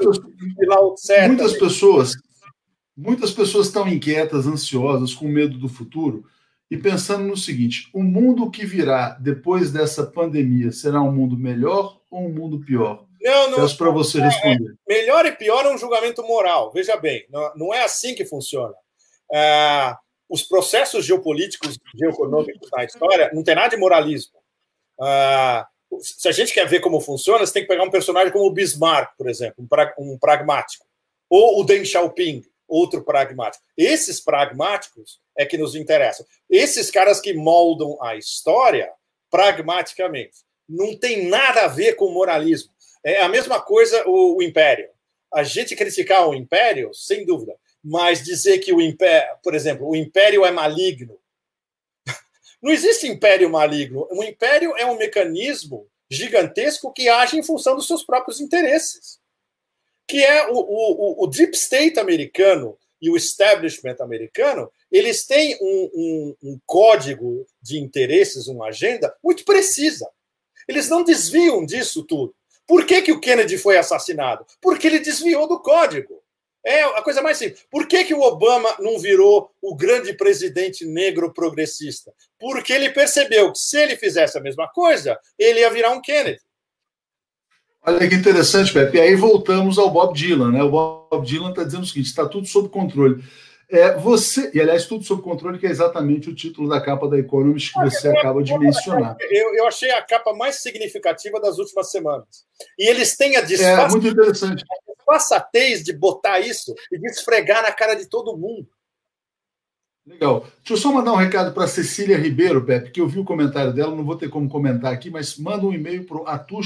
Muitas pessoas estão inquietas, ansiosas, com medo do futuro e pensando no seguinte: o mundo que virá depois dessa pandemia será um mundo melhor ou um mundo pior? Não, peço para você responder. Melhor e pior é um julgamento moral. Veja bem, não é assim que funciona. Os processos geopolíticos, geoeconômicos na história não tem nada de moralismo. Se a gente quer ver como funciona, você tem que pegar um personagem como o Bismarck, por exemplo, um pragmático, ou o Deng Xiaoping, outro pragmático. Esses pragmáticos é que nos interessam. Esses caras que moldam a história pragmaticamente. Não tem nada a ver com moralismo. É a mesma coisa o Império. A gente criticar o Império, sem dúvida, mas dizer que o Império, por exemplo, o Império é maligno. Não existe Império maligno. O Império é um mecanismo gigantesco que age em função dos seus próprios interesses, que é o Deep State americano e o establishment americano. Eles têm um código de interesses, uma agenda muito precisa. Eles não desviam disso tudo. Por que o Kennedy foi assassinado? Porque ele desviou do código. É a coisa mais simples. Por que o Obama não virou o grande presidente negro progressista? Porque ele percebeu que se ele fizesse a mesma coisa, ele ia virar um Kennedy. Olha que interessante, Pepe. E aí voltamos ao Bob Dylan, né? O Bob Dylan está dizendo o seguinte: está tudo sob controle. E aliás, tudo sob controle, que é exatamente o título da capa da Economist que você acaba de mencionar. Eu achei a capa mais significativa das últimas semanas. E eles têm a muito interessante. disfarçatez de botar isso e de esfregar na cara de todo mundo. Legal. Deixa eu só mandar um recado para a Cecília Ribeiro, Pepe, que eu vi o comentário dela, não vou ter como comentar aqui, mas manda um e-mail para o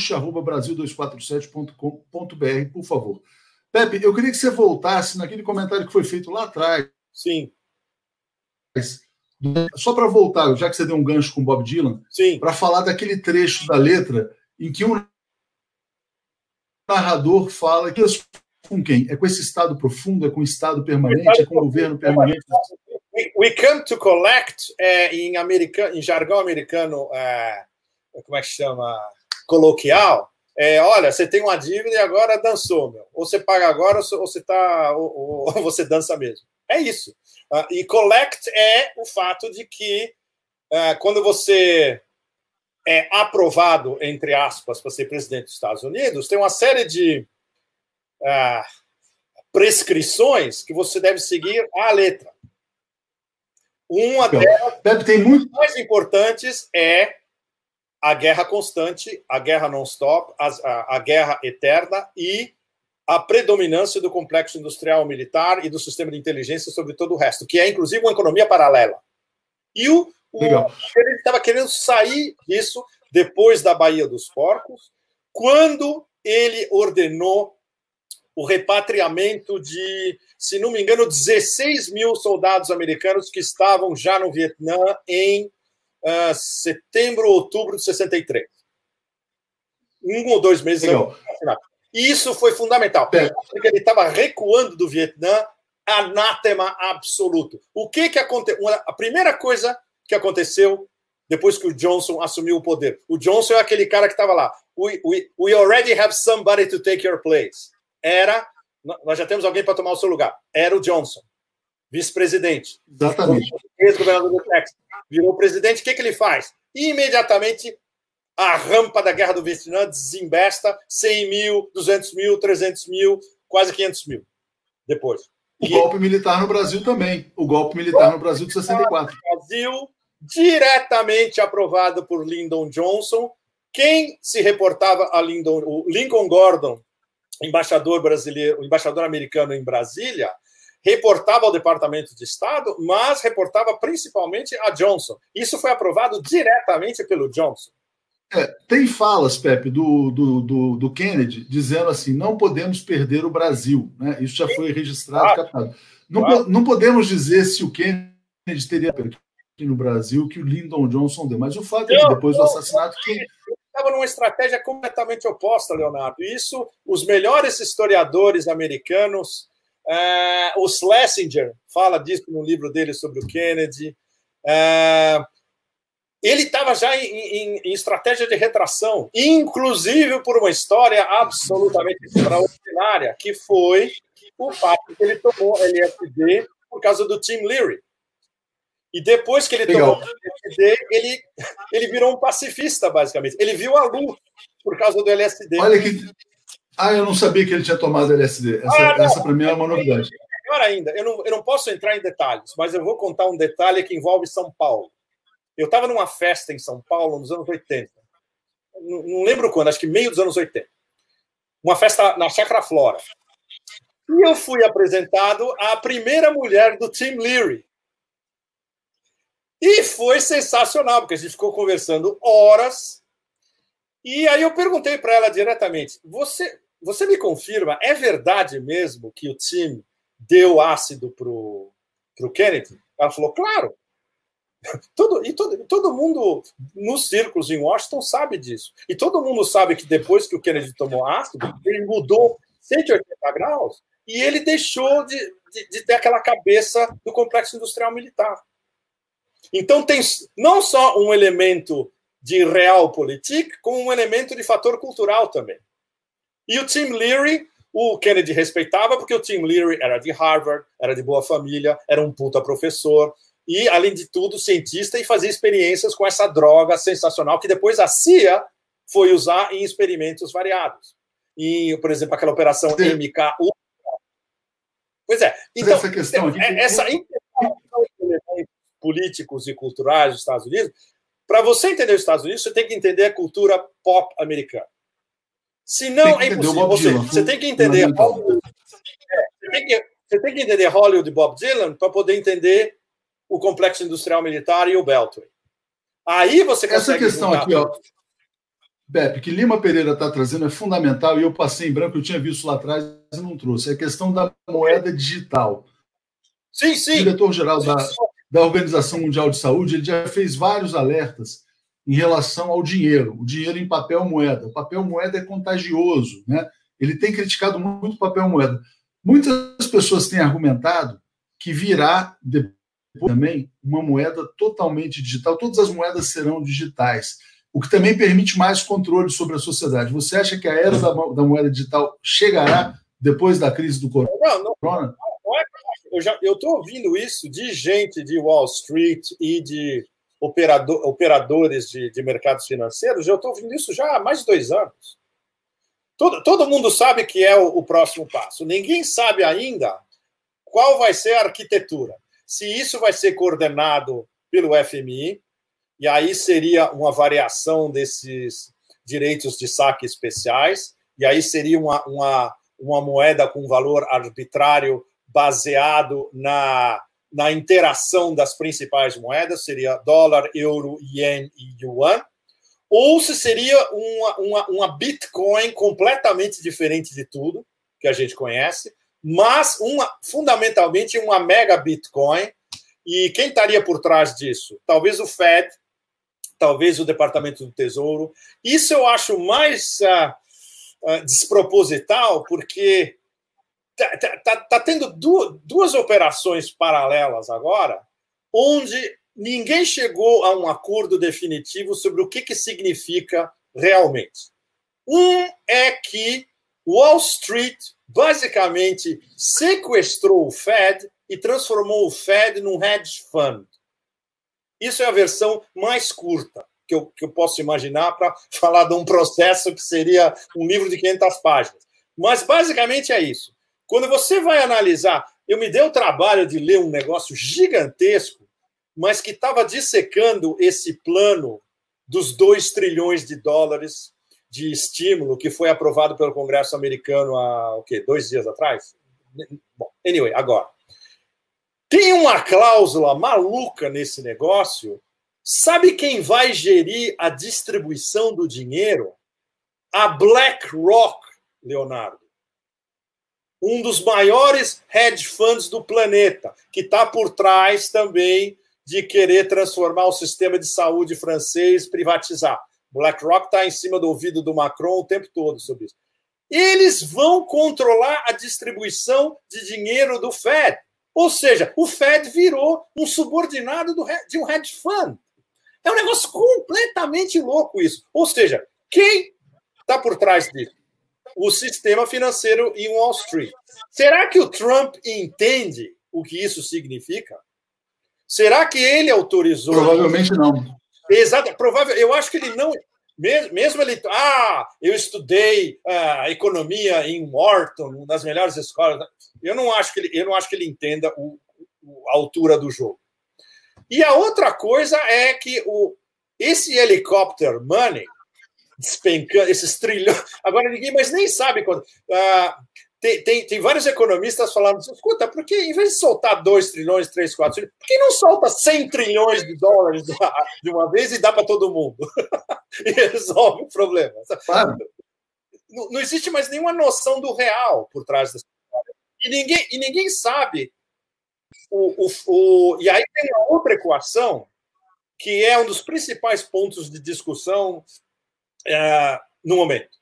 atucha@brasil247.com.br, por favor. Pepe, eu queria que você voltasse naquele comentário que foi feito lá atrás. Sim. Só para voltar, já que você deu um gancho com o Bob Dylan, para falar daquele trecho da letra em que um narrador fala que com quem? É com esse estado profundo, é com o estado permanente, é com o governo permanente? We come to collect, em jargão americano, como é que chama? Coloquial. Olha, você tem uma dívida e agora dançou, meu. Ou você paga agora ou você dança mesmo. É isso. E collect é o fato de que quando você é aprovado, entre aspas, para ser presidente dos Estados Unidos, tem uma série de prescrições que você deve seguir à letra. Uma delas, mais importantes, é a guerra constante, a guerra non-stop, a guerra eterna e a predominância do complexo industrial militar e do sistema de inteligência sobre todo o resto, que é, inclusive, uma economia paralela. E ele estava querendo sair disso depois da Baía dos Porcos, quando ele ordenou o repatriamento de, se não me engano, 16 mil soldados americanos que estavam já no Vietnã em setembro ou outubro de 63. 1 ou 2 meses antes. E isso foi fundamental, porque ele estava recuando do Vietnã, anátema absoluto. O que aconteceu? A primeira coisa que aconteceu depois que o Johnson assumiu o poder. O Johnson é aquele cara que estava lá. We already have somebody to take your place. Nós já temos alguém para tomar o seu lugar. Era o Johnson, vice-presidente. Exatamente. Ex-governador do Texas. Virou presidente, o que ele faz? Imediatamente, a rampa da Guerra do Vietnã desembesta 100 mil, 200 mil, 300 mil, quase 500 mil. Depois. O golpe militar no Brasil também. O golpe militar no Brasil de 64. Brasil, diretamente aprovado por Lyndon Johnson. Quem se reportava a o Lincoln Gordon, embaixador brasileiro, embaixador americano em Brasília, reportava ao Departamento de Estado, mas reportava principalmente a Johnson. Isso foi aprovado diretamente pelo Johnson. Tem falas, Pepe, do Kennedy, dizendo assim, não podemos perder o Brasil. Né? Isso já foi registrado, captado. Não podemos dizer se o Kennedy teria aqui no Brasil que o Lyndon Johnson deu, mas o fato é que depois do assassinato... Estava numa estratégia completamente oposta, Leonardo. Isso, os melhores historiadores americanos, o Schlesinger fala disso no livro dele sobre o Kennedy, ele estava já em estratégia de retração, inclusive por uma história absolutamente extraordinária, que foi o fato que ele tomou LSD por causa do Tim Leary. E depois que ele tomou o LSD, ele virou um pacifista, basicamente. Ele viu a luz por causa do LSD. Olha que... eu não sabia que ele tinha tomado LSD. Essa para mim é uma novidade. Melhor ainda, eu não posso entrar em detalhes, mas eu vou contar um detalhe que envolve São Paulo. Eu estava numa festa em São Paulo nos anos 80. Não lembro quando, acho que meio dos anos 80. Uma festa na Chácara Flora. E eu fui apresentado à primeira mulher do Tim Leary. E foi sensacional, porque a gente ficou conversando horas. E aí eu perguntei para ela diretamente, você me confirma, é verdade mesmo que o Tim deu ácido para o Kennedy? Ela falou, claro. Todo mundo nos círculos em Washington sabe disso. E todo mundo sabe que depois que o Kennedy tomou ácido, ele mudou 180 graus e ele deixou de ter aquela cabeça do complexo industrial militar. Então tem não só um elemento de realpolitik, como um elemento de fator cultural também. E o Tim Leary, o Kennedy respeitava, porque o Tim Leary era de Harvard, era de boa família, era um puta professor, e, além de tudo, cientista, e fazia experiências com essa droga sensacional, que depois a CIA foi usar em experimentos variados. E, por exemplo, aquela operação MK-ULTRA. Pois é. Então, essa questão aqui... essa integração de elementos políticos e culturais dos Estados Unidos, para você entender os Estados Unidos, você tem que entender a cultura pop americana. Senão, é impossível. Você tem que entender Hollywood. Você tem que entender Hollywood e Bob Dylan para poder entender o complexo industrial militar e o Beltway. Aí você consegue... Essa questão aqui, Beppe, que Lima Pereira está trazendo é fundamental, e eu passei em branco, eu tinha visto lá atrás e não trouxe. É a questão da moeda digital. Sim, sim. O diretor-geral da Organização Mundial de Saúde, ele já fez vários alertas em relação ao dinheiro, o dinheiro em papel moeda. O papel moeda é contagioso, né? Ele tem criticado muito o papel moeda. Muitas pessoas têm argumentado que virá depois também uma moeda totalmente digital. Todas as moedas serão digitais, o que também permite mais controle sobre a sociedade. Você acha que a era da moeda digital chegará depois da crise do corona? Não, eu estou ouvindo isso de gente de Wall Street e de operadores de mercados financeiros. Eu estou ouvindo isso já há mais de 2 anos. Todo mundo sabe que é o próximo passo. Ninguém sabe ainda qual vai ser a arquitetura. Se isso vai ser coordenado pelo FMI, e aí seria uma variação desses direitos de saque especiais, e aí seria uma moeda com valor arbitrário baseado na interação das principais moedas, seria dólar, euro, ien e yuan, ou se seria uma Bitcoin completamente diferente de tudo que a gente conhece, mas fundamentalmente uma mega Bitcoin. E quem estaria por trás disso? Talvez o Fed, talvez o Departamento do Tesouro. Isso eu acho mais desproposital, porque tá tendo duas operações paralelas agora, onde ninguém chegou a um acordo definitivo sobre o que significa realmente. É que Wall Street basicamente sequestrou o Fed e transformou o Fed num hedge fund. Isso é a versão mais curta que eu posso imaginar para falar de um processo que seria um livro de 500 páginas. Mas basicamente é isso. Quando você vai analisar, eu me dei o trabalho de ler um negócio gigantesco, mas que estava dissecando esse plano dos 2 trilhões de dólares de estímulo que foi aprovado pelo Congresso americano há 2 dias atrás? Bom, anyway, agora. Tem uma cláusula maluca nesse negócio. Sabe quem vai gerir a distribuição do dinheiro? A BlackRock, Leonardo. Um dos maiores hedge funds do planeta, que está por trás também de querer transformar o sistema de saúde francês, privatizar. BlackRock está em cima do ouvido do Macron o tempo todo sobre isso. Eles vão controlar a distribuição de dinheiro do Fed. Ou seja, o Fed virou um subordinado de um hedge fund. É um negócio completamente louco isso. Ou seja, quem está por trás disso? O sistema financeiro em Wall Street. Será que o Trump entende o que isso significa? Será que ele autorizou? Provavelmente não. Exato, provável. Eu acho que ele não. Mesmo ele. Eu estudei economia em Wharton, nas melhores escolas. Eu não acho que ele entenda a altura do jogo. E a outra coisa é que esse helicopter money, despencando, esses trilhões. Agora ninguém mais nem sabe quando. Tem vários economistas falando, escuta, por que em vez de soltar 2 trilhões, 3, 4 trilhões, por que não solta 100 trilhões de dólares de uma vez e dá para todo mundo? E resolve o problema. Claro. Não existe mais nenhuma noção do real por trás dessa história. E ninguém sabe. E aí tem uma outra equação que é um dos principais pontos de discussão no momento.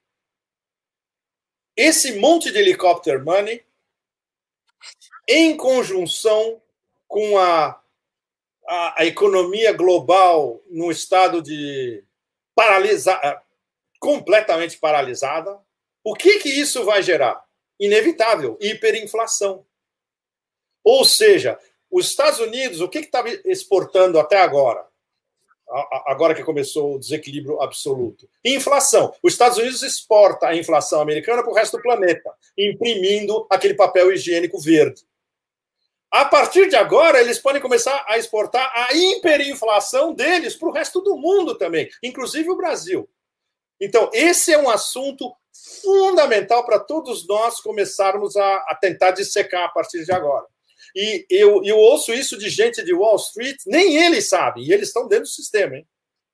Esse monte de helicopter money, em conjunção com a economia global num estado de completamente paralisada, o que isso vai gerar? Inevitável, hiperinflação. Ou seja, os Estados Unidos, o que estava exportando até agora? Agora que começou o desequilíbrio absoluto. Inflação. Os Estados Unidos exporta a inflação americana para o resto do planeta, imprimindo aquele papel higiênico verde. A partir de agora, eles podem começar a exportar a hiperinflação deles para o resto do mundo também, inclusive o Brasil. Então, esse é um assunto fundamental para todos nós começarmos a tentar dissecar a partir de agora. E eu ouço isso de gente de Wall Street, nem eles sabem, e eles estão dentro do sistema, hein?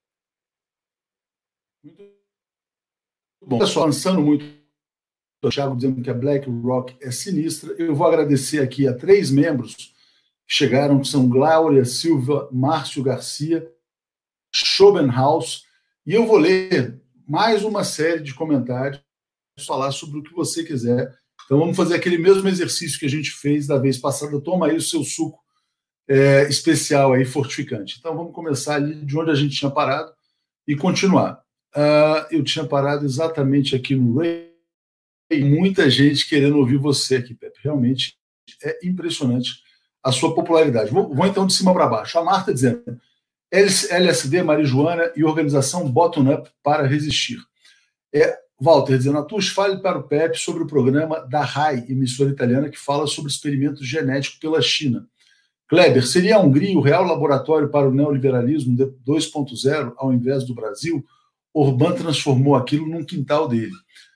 Muito bom. Pessoal, lançando muito o Thiago dizendo que a BlackRock é sinistra. Eu vou agradecer aqui a 3 membros que chegaram, que são Glória Silva, Márcio Garcia, Schobenhaus, e eu vou ler mais uma série de comentários, falar sobre o que você quiser. Então vamos fazer aquele mesmo exercício que a gente fez da vez passada. Toma aí o seu suco especial aí, fortificante. Então vamos começar ali de onde a gente tinha parado e continuar. Eu tinha parado exatamente aqui no Ray. Muita gente querendo ouvir você aqui, Pepe. Realmente é impressionante a sua popularidade. Vou então de cima para baixo. A Marta dizendo: LSD, Marijuana e organização Bottom-Up para resistir. Walter dizendo: Atus, fale para o Pepe sobre o programa da RAI, emissora italiana, que fala sobre experimento genético pela China. Kleber, seria a Hungria o real laboratório para o neoliberalismo 2.0 ao invés do Brasil? Orbán transformou aquilo num quintal dele.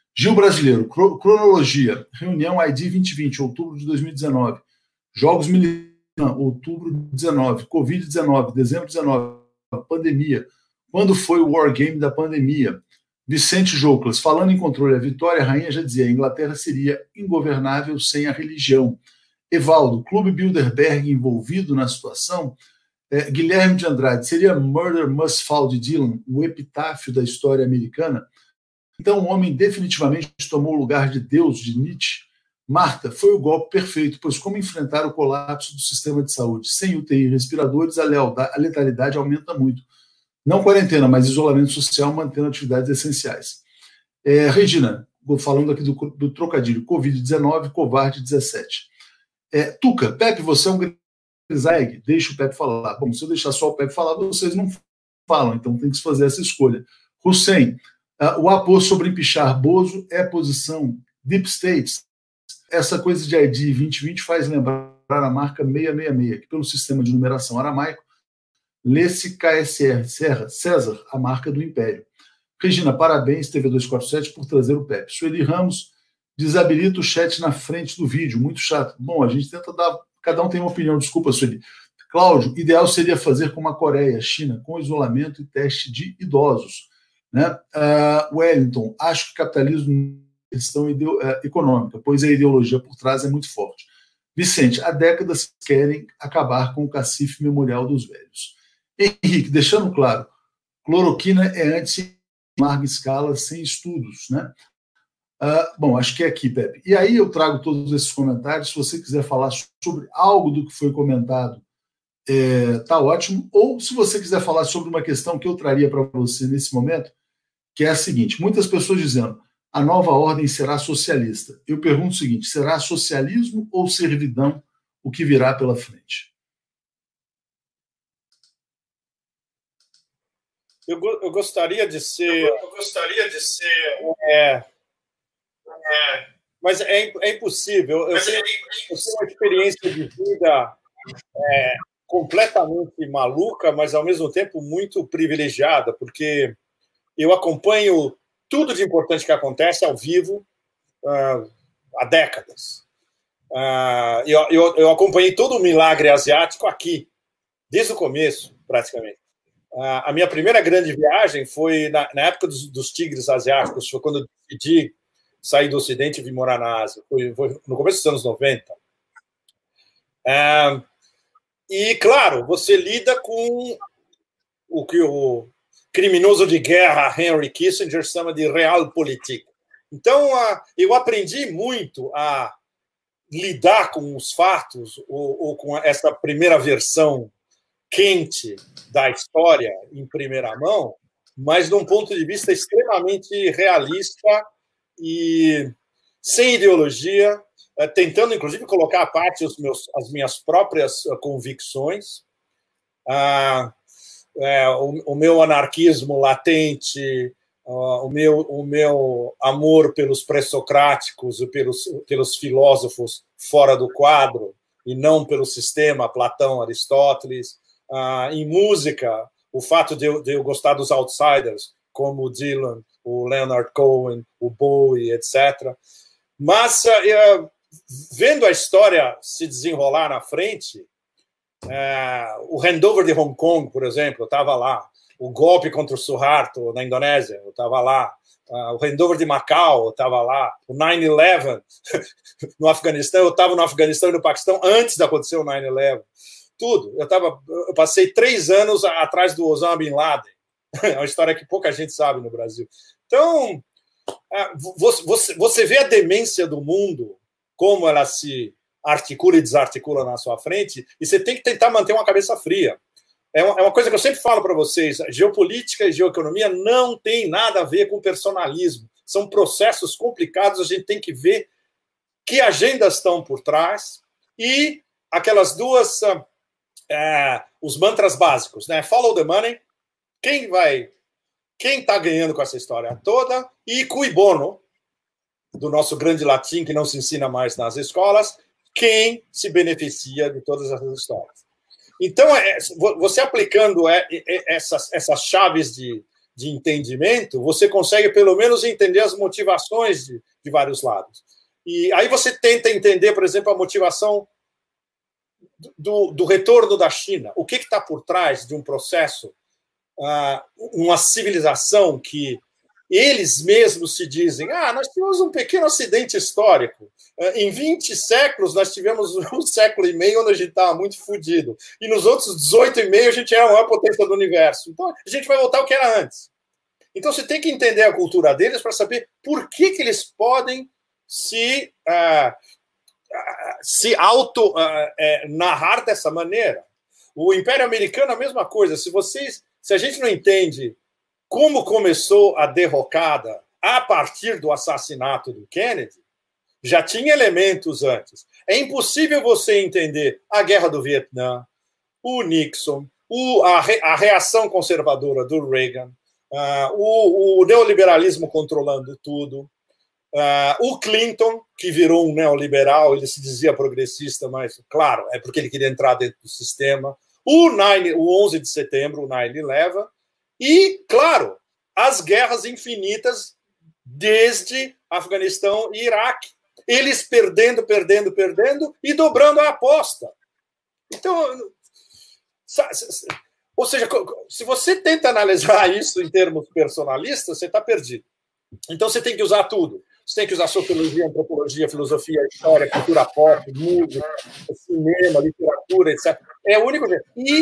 Gil Brasileiro, cronologia, reunião ID 2020, outubro de 2019, Jogos Militares, outubro de 19, Covid-19, dezembro de 19, pandemia, quando foi o Wargame da pandemia, Vicente Jouclas, falando em controle, a Vitória, a rainha já dizia, a Inglaterra seria ingovernável sem a religião. Evaldo, Clube Bilderberg envolvido na situação. Guilherme de Andrade, seria Murder Must Fall de Dylan, o epitáfio da história americana? Então o homem definitivamente tomou o lugar de Deus, de Nietzsche. Marta, foi o golpe perfeito, pois como enfrentar o colapso do sistema de saúde? Sem UTI e respiradores, a letalidade aumenta muito. Não quarentena, mas isolamento social, mantendo atividades essenciais. Regina, falando aqui do trocadilho, Covid-19, covarde 17. Tuca, Pepe, você é um grisalho, deixa o Pepe falar. Bom, se eu deixar só o Pepe falar, vocês não falam, então tem que se fazer essa escolha. Hussein, o apô sobre empichar Bozo é posição Deep States. Essa coisa de ID 2020 faz lembrar a marca 666, que pelo sistema de numeração aramaico, lê-se KSR, César, a marca do Império. Regina, parabéns, TV247, por trazer o Pepe. Sueli Ramos, desabilita o chat na frente do vídeo, muito chato. Bom, a gente tenta dar, cada um tem uma opinião, desculpa, Sueli. Cláudio, ideal seria fazer como a Coreia, China, com isolamento e teste de idosos. Né? Wellington, acho que capitalismo é questão econômica, pois a ideologia por trás é muito forte. Vicente, há décadas querem acabar com o cacife memorial dos velhos. Henrique, deixando claro, cloroquina é antes em larga escala, sem estudos, né? Bom, acho que é aqui, Pepe. E aí eu trago todos esses comentários. Se você quiser falar sobre algo do que foi comentado, tá ótimo. Ou se você quiser falar sobre uma questão que eu traria para você nesse momento, que é a seguinte: muitas pessoas dizendo a nova ordem será socialista. Eu pergunto o seguinte: será socialismo ou servidão o que virá pela frente? Eu gostaria de ser. Mas é impossível. Eu tenho uma experiência de vida completamente maluca, mas ao mesmo tempo muito privilegiada, porque eu acompanho tudo de importante que acontece ao vivo há décadas. Eu acompanhei todo o milagre asiático aqui, desde o começo, praticamente. A minha primeira grande viagem foi na época dos tigres asiáticos, foi quando eu decidi sair do Ocidente e vir morar na Ásia. Foi no começo dos anos 90. E, claro, você lida com o que o criminoso de guerra Henry Kissinger chama de realpolitik. Então, eu aprendi muito a lidar com os fatos ou com essa primeira versão quente da história em primeira mão, mas de um ponto de vista extremamente realista e sem ideologia, tentando, inclusive, colocar à parte as minhas próprias convicções, o meu anarquismo latente, o meu amor pelos pré-socráticos e pelos filósofos fora do quadro, e não pelo sistema, Platão, Aristóteles. Em música, o fato de eu gostar dos outsiders, como o Dylan, o Leonard Cohen, o Bowie, etc. Mas, vendo a história se desenrolar na frente, o handover de Hong Kong, por exemplo, eu estava lá. O golpe contra o Suharto na Indonésia, eu estava lá. O handover de Macau, eu estava lá. O 9/11 no Afeganistão, eu estava no Afeganistão e no Paquistão antes de acontecer o 9/11. Tudo. Eu passei 3 anos atrás do Osama Bin Laden. É uma história que pouca gente sabe no Brasil. Então, você vê a demência do mundo, como ela se articula e desarticula na sua frente, e você tem que tentar manter uma cabeça fria. É uma coisa que eu sempre falo para vocês: geopolítica e geoeconomia não tem nada a ver com personalismo. São processos complicados, a gente tem que ver que agendas estão por trás e aquelas duas... os mantras básicos, né? Follow the money, quem está ganhando com essa história toda, e cui bono, do nosso grande latim que não se ensina mais nas escolas, quem se beneficia de todas essas histórias. Então, você aplicando essas chaves de de entendimento, você consegue pelo menos entender as motivações de vários lados. E aí você tenta entender, por exemplo, a motivação do retorno da China. O que está por trás de um processo, uma civilização que eles mesmos se dizem, nós tivemos um pequeno acidente histórico. Em 20 séculos, nós tivemos um século e meio onde a gente estava muito fodido. E nos outros 18 e meio, a gente era a maior potência do universo. Então, a gente vai voltar ao que era antes. Então, você tem que entender a cultura deles para saber por que eles podem se auto-narrar dessa maneira. O Império Americano, a mesma coisa. Se a gente não entende como começou a derrocada a partir do assassinato do Kennedy, já tinha elementos antes. É impossível você entender a Guerra do Vietnã, o Nixon, a reação conservadora do Reagan, o neoliberalismo controlando tudo, o Clinton, que virou um neoliberal, ele se dizia progressista, mas, claro, é porque ele queria entrar dentro do sistema, o 11 de setembro, o 9/11, e, claro, as guerras infinitas desde Afeganistão e Iraque. Eles perdendo e dobrando a aposta. Então, ou seja, se você tenta analisar isso em termos personalistas, você está perdido. Então, você tem que usar tudo. Você tem que usar sociologia, antropologia, filosofia, história, cultura pop, música, cinema, literatura, etc. É o único jeito. E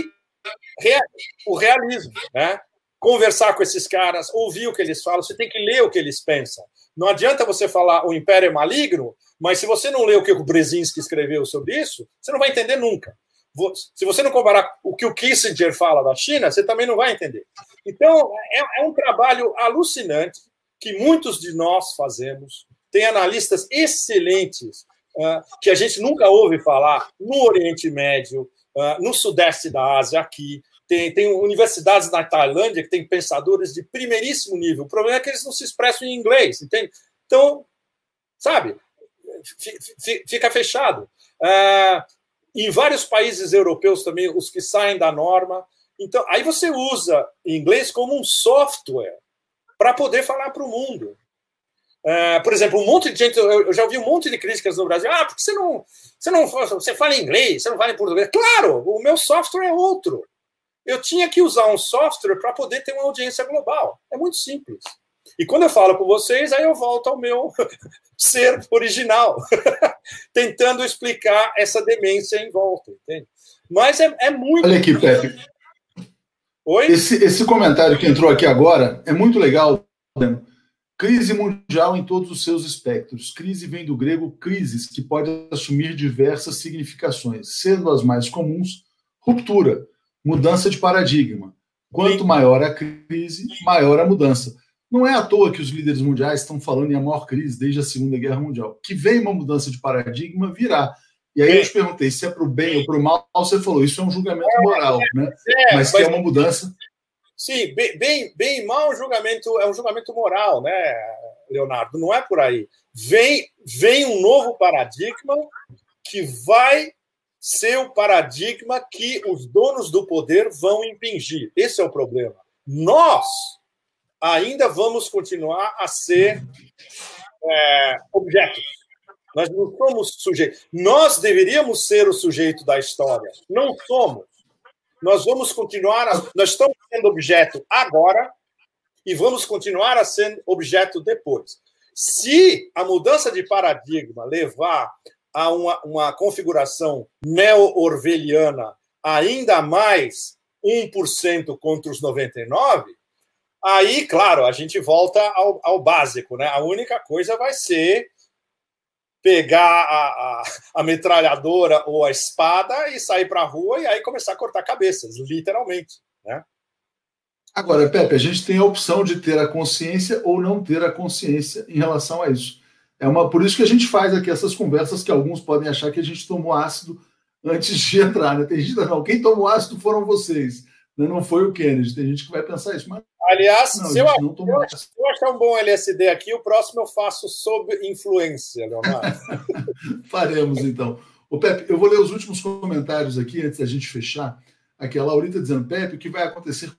o realismo, né? Conversar com esses caras, ouvir o que eles falam, você tem que ler o que eles pensam. Não adianta você falar o Império é maligno, mas se você não lê o que o Brzezinski escreveu sobre isso, você não vai entender nunca. Se você não comparar o que o Kissinger fala da China, você também não vai entender. Então, é um trabalho alucinante que muitos de nós fazemos. Tem analistas excelentes que a gente nunca ouve falar no Oriente Médio, no Sudeste da Ásia, aqui. Tem universidades na Tailândia que tem pensadores de primeiríssimo nível. O problema é que eles não se expressam em inglês, entende? Então, sabe, fica fechado. Em vários países europeus também, os que saem da norma. Então, aí você usa inglês como um software para poder falar para o mundo. Por exemplo, um monte de gente, eu já ouvi um monte de críticas no Brasil. Porque você fala inglês, você não fala em português. Claro, o meu software é outro. Eu tinha que usar um software para poder ter uma audiência global. É muito simples. E quando eu falo com vocês, aí eu volto ao meu ser original, tentando explicar essa demência em volta, entende? Mas é muito... Olha aqui, Pepe. Oi? Esse comentário que entrou aqui agora é muito legal. Crise mundial em todos os seus espectros. Crise vem do grego crises, que pode assumir diversas significações, sendo as mais comuns ruptura, mudança de paradigma. Quanto maior a crise, maior a mudança. Não é à toa que os líderes mundiais estão falando em a maior crise desde a Segunda Guerra Mundial. Que vem uma mudança de paradigma, virá. E aí eu te perguntei se é para o bem ou para o mal, você falou, isso é um julgamento moral, né? Mas que é uma mudança... Sim, bem e mal é um julgamento moral, né, Leonardo? Não é por aí. Vem um novo paradigma que vai ser o paradigma que os donos do poder vão impingir. Esse é o problema. Nós ainda vamos continuar a ser objetos. Nós não somos sujeitos. Nós deveríamos ser o sujeito da história. Não somos. Nós vamos continuar... Nós estamos sendo objeto agora e vamos continuar a ser objeto depois. Se a mudança de paradigma levar a uma configuração neo-orwelliana ainda mais 1% contra os 99%, aí, claro, a gente volta ao básico, né? A única coisa vai ser pegar a metralhadora ou a espada e sair para a rua e aí começar a cortar cabeças, literalmente, né? Agora, Pepe, a gente tem a opção de ter a consciência ou não ter a consciência em relação a isso. Por isso que a gente faz aqui essas conversas que alguns podem achar que a gente tomou ácido antes de entrar, né? Tem gente que não, quem tomou ácido foram vocês, né? Não foi o Kennedy. Tem gente que vai pensar isso, mas aliás, se eu achar um bom LSD aqui, o próximo eu faço sob influência, Leonardo. Faremos, então. Ô, Pepe, eu vou ler os últimos comentários aqui antes da gente fechar. Aqui a Laurita dizendo, Pepe, o que vai acontecer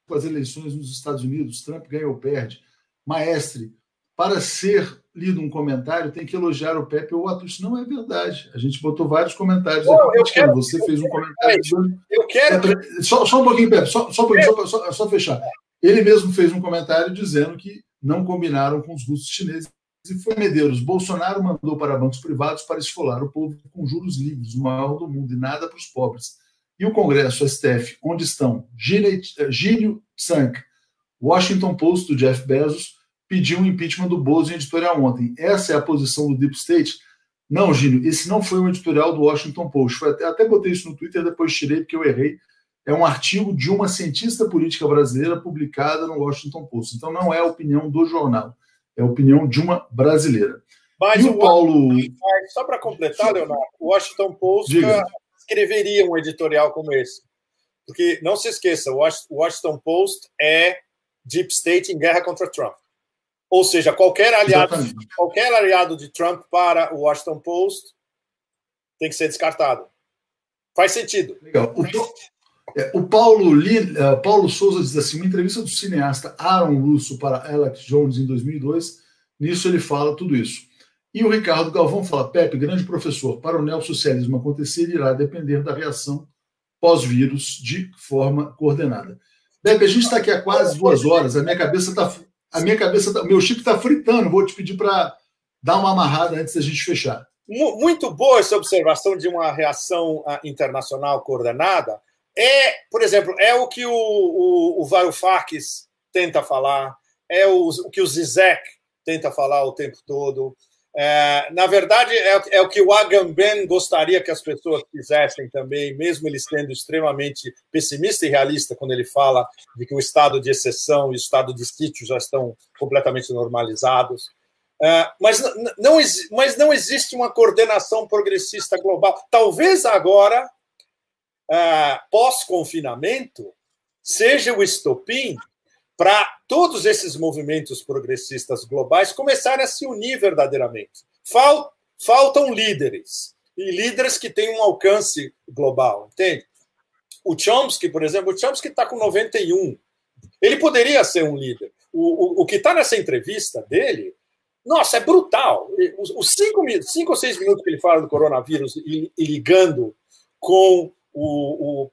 as eleições nos Estados Unidos, Trump ganha ou perde. Maestre, para ser lido um comentário, tem que elogiar o Pepe ou o Atus. Não é verdade. A gente botou vários comentários aqui criticando. Você fez um comentário. Eu quero. Só um pouquinho, Pepe, só um pouquinho, só fechar. Ele mesmo fez um comentário dizendo que não combinaram com os russos chineses e foi Medeiros. Bolsonaro mandou para bancos privados para esfolar o povo com juros livres, o maior do mundo, e nada para os pobres. E o Congresso, o STF, onde estão Gílio Tsang, Washington Post, do Jeff Bezos, pediu um impeachment do Bozo em editorial ontem. Essa é a posição do Deep State? Não, Gílio, esse não foi um editorial do Washington Post. Até botei isso no Twitter, depois tirei porque eu errei. É um artigo de uma cientista política brasileira publicada no Washington Post. Então não é a opinião do jornal, é a opinião de uma brasileira. Mas e o Paulo... Só para completar, Leonardo, o Washington Post escreveria um editorial como esse. Porque, não se esqueça, o Washington Post é Deep State em guerra contra Trump. Ou seja, qualquer aliado de Trump para o Washington Post tem que ser descartado. Faz sentido. Legal. O Paulo Souza diz assim, uma entrevista do cineasta Aaron Russo para Alex Jones em 2002, nisso ele fala tudo isso. E o Ricardo Galvão fala, Pepe, grande professor, para o neossocialismo acontecer, irá depender da reação pós-vírus de forma coordenada. Pepe, a gente está aqui há quase 2 horas, meu chip está fritando, vou te pedir para dar uma amarrada antes da gente fechar. Muito boa essa observação de uma reação internacional coordenada. Por exemplo, é o que o Varoufakis tenta falar, é o que o Zizek tenta falar o tempo todo. Na verdade, é o que o Agamben gostaria que as pessoas fizessem também, mesmo ele sendo extremamente pessimista e realista quando ele fala de que o estado de exceção e o estado de sítio já estão completamente normalizados. Mas não existe uma coordenação progressista global. Talvez agora, pós-confinamento, seja o estopim para todos esses movimentos progressistas globais começarem a se unir verdadeiramente. Faltam líderes, e líderes que têm um alcance global, entende? O Chomsky, por exemplo, o Chomsky está com 91. Ele poderia ser um líder. O que está nessa entrevista dele, nossa, é brutal. Os 5 ou 6 minutos que ele fala do coronavírus e ligando com o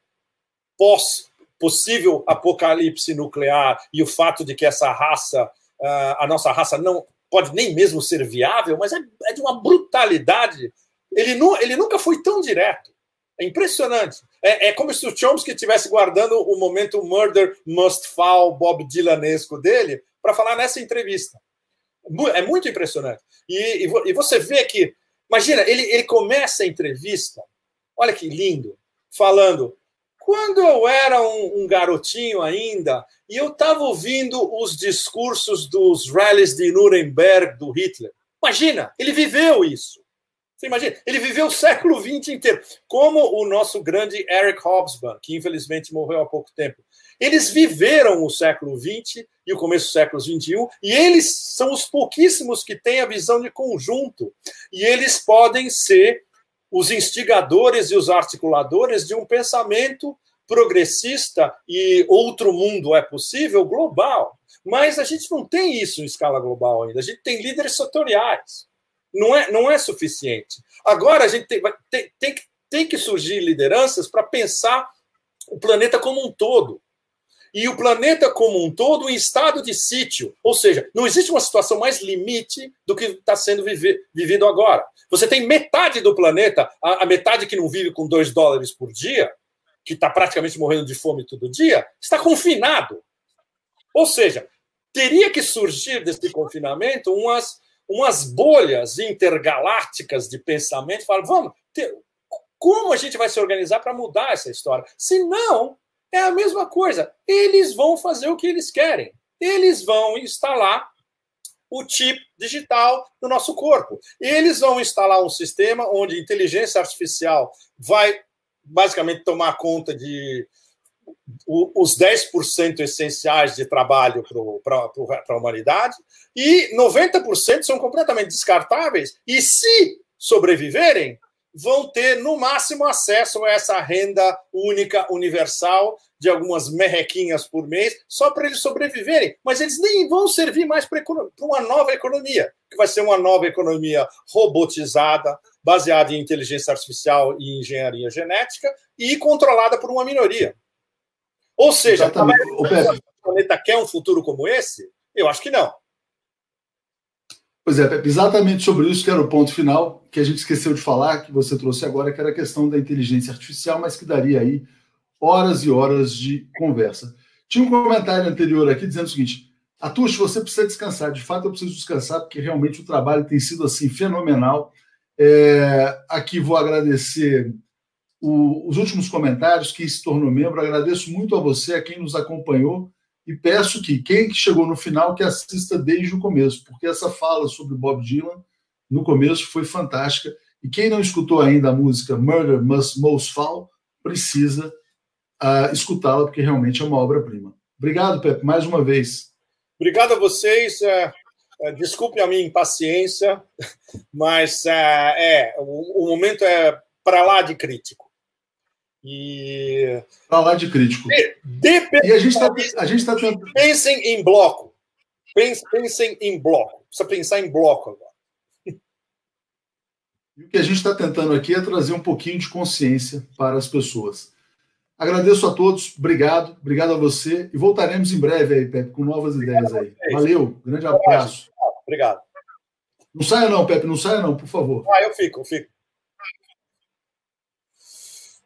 possível apocalipse nuclear e o fato de que essa raça, a nossa raça, não pode nem mesmo ser viável, mas é de uma brutalidade. Ele nunca foi tão direto. É impressionante. É como se o Chomsky estivesse guardando o momento Murder Must Fall, Bob Dylanesco dele, para falar nessa entrevista. É muito impressionante. E você vê que... Imagina, ele começa a entrevista, olha que lindo, falando... Quando eu era um garotinho ainda, e eu estava ouvindo os discursos dos rallies de Nuremberg do Hitler. Imagina, ele viveu isso. Você imagina? Ele viveu o século XX inteiro. Como o nosso grande Eric Hobsbawm, que infelizmente morreu há pouco tempo. Eles viveram o século XX e o começo do século XXI, e eles são os pouquíssimos que têm a visão de conjunto. E eles podem ser os instigadores e os articuladores de um pensamento progressista e outro mundo é possível global. Mas a gente não tem isso em escala global ainda. A gente tem líderes setoriais. Não é suficiente. Agora a gente tem que surgir lideranças para pensar o planeta como um todo. E o planeta como um todo em estado de sítio. Ou seja, não existe uma situação mais limite do que está sendo vivido agora. Você tem metade do planeta, a metade que não vive com $2 por dia, que está praticamente morrendo de fome todo dia, está confinado. Ou seja, teria que surgir desse confinamento umas bolhas intergalácticas de pensamento. Como a gente vai se organizar para mudar essa história? Se não... É a mesma coisa. Eles vão fazer o que eles querem. Eles vão instalar o chip digital no nosso corpo. Eles vão instalar um sistema onde a inteligência artificial vai basicamente tomar conta de os 10% essenciais de trabalho para a humanidade e 90% são completamente descartáveis. E se sobreviverem, vão ter, no máximo, acesso a essa renda única, universal, de algumas merrequinhas por mês, só para eles sobreviverem. Mas eles nem vão servir mais para uma nova economia, que vai ser uma nova economia robotizada, baseada em inteligência artificial e engenharia genética, e controlada por uma minoria. Ou seja, o planeta quer um futuro como esse? Eu acho que não. Pois é, Pepe, exatamente sobre isso que era o ponto final, que a gente esqueceu de falar, que você trouxe agora, que era a questão da inteligência artificial, mas que daria aí horas e horas de conversa. Tinha um comentário anterior aqui dizendo o seguinte: Atush, você precisa descansar. De fato, eu preciso descansar, porque realmente o trabalho tem sido assim fenomenal. Aqui vou agradecer os últimos comentários, quem se tornou membro. Agradeço muito a você, a quem nos acompanhou, e peço que quem chegou no final que assista desde o começo, porque essa fala sobre Bob Dylan no começo foi fantástica, e quem não escutou ainda a música Murder Must Most Fall precisa escutá-la, porque realmente é uma obra-prima. Obrigado, Pepe, mais uma vez. Obrigado a vocês. Desculpe a minha impaciência, mas o momento é para lá de crítico. Para lá de crítico. E a gente está tentando... Pensem em bloco. Pensem em bloco. Precisa pensar em bloco agora. E o que a gente está tentando aqui é trazer um pouquinho de consciência para as pessoas. Agradeço a todos, obrigado a você, e voltaremos em breve aí, Pepe, com novas ideias aí. Valeu, grande abraço. Obrigado. Não saia não, Pepe, não saia não, por favor. Eu fico.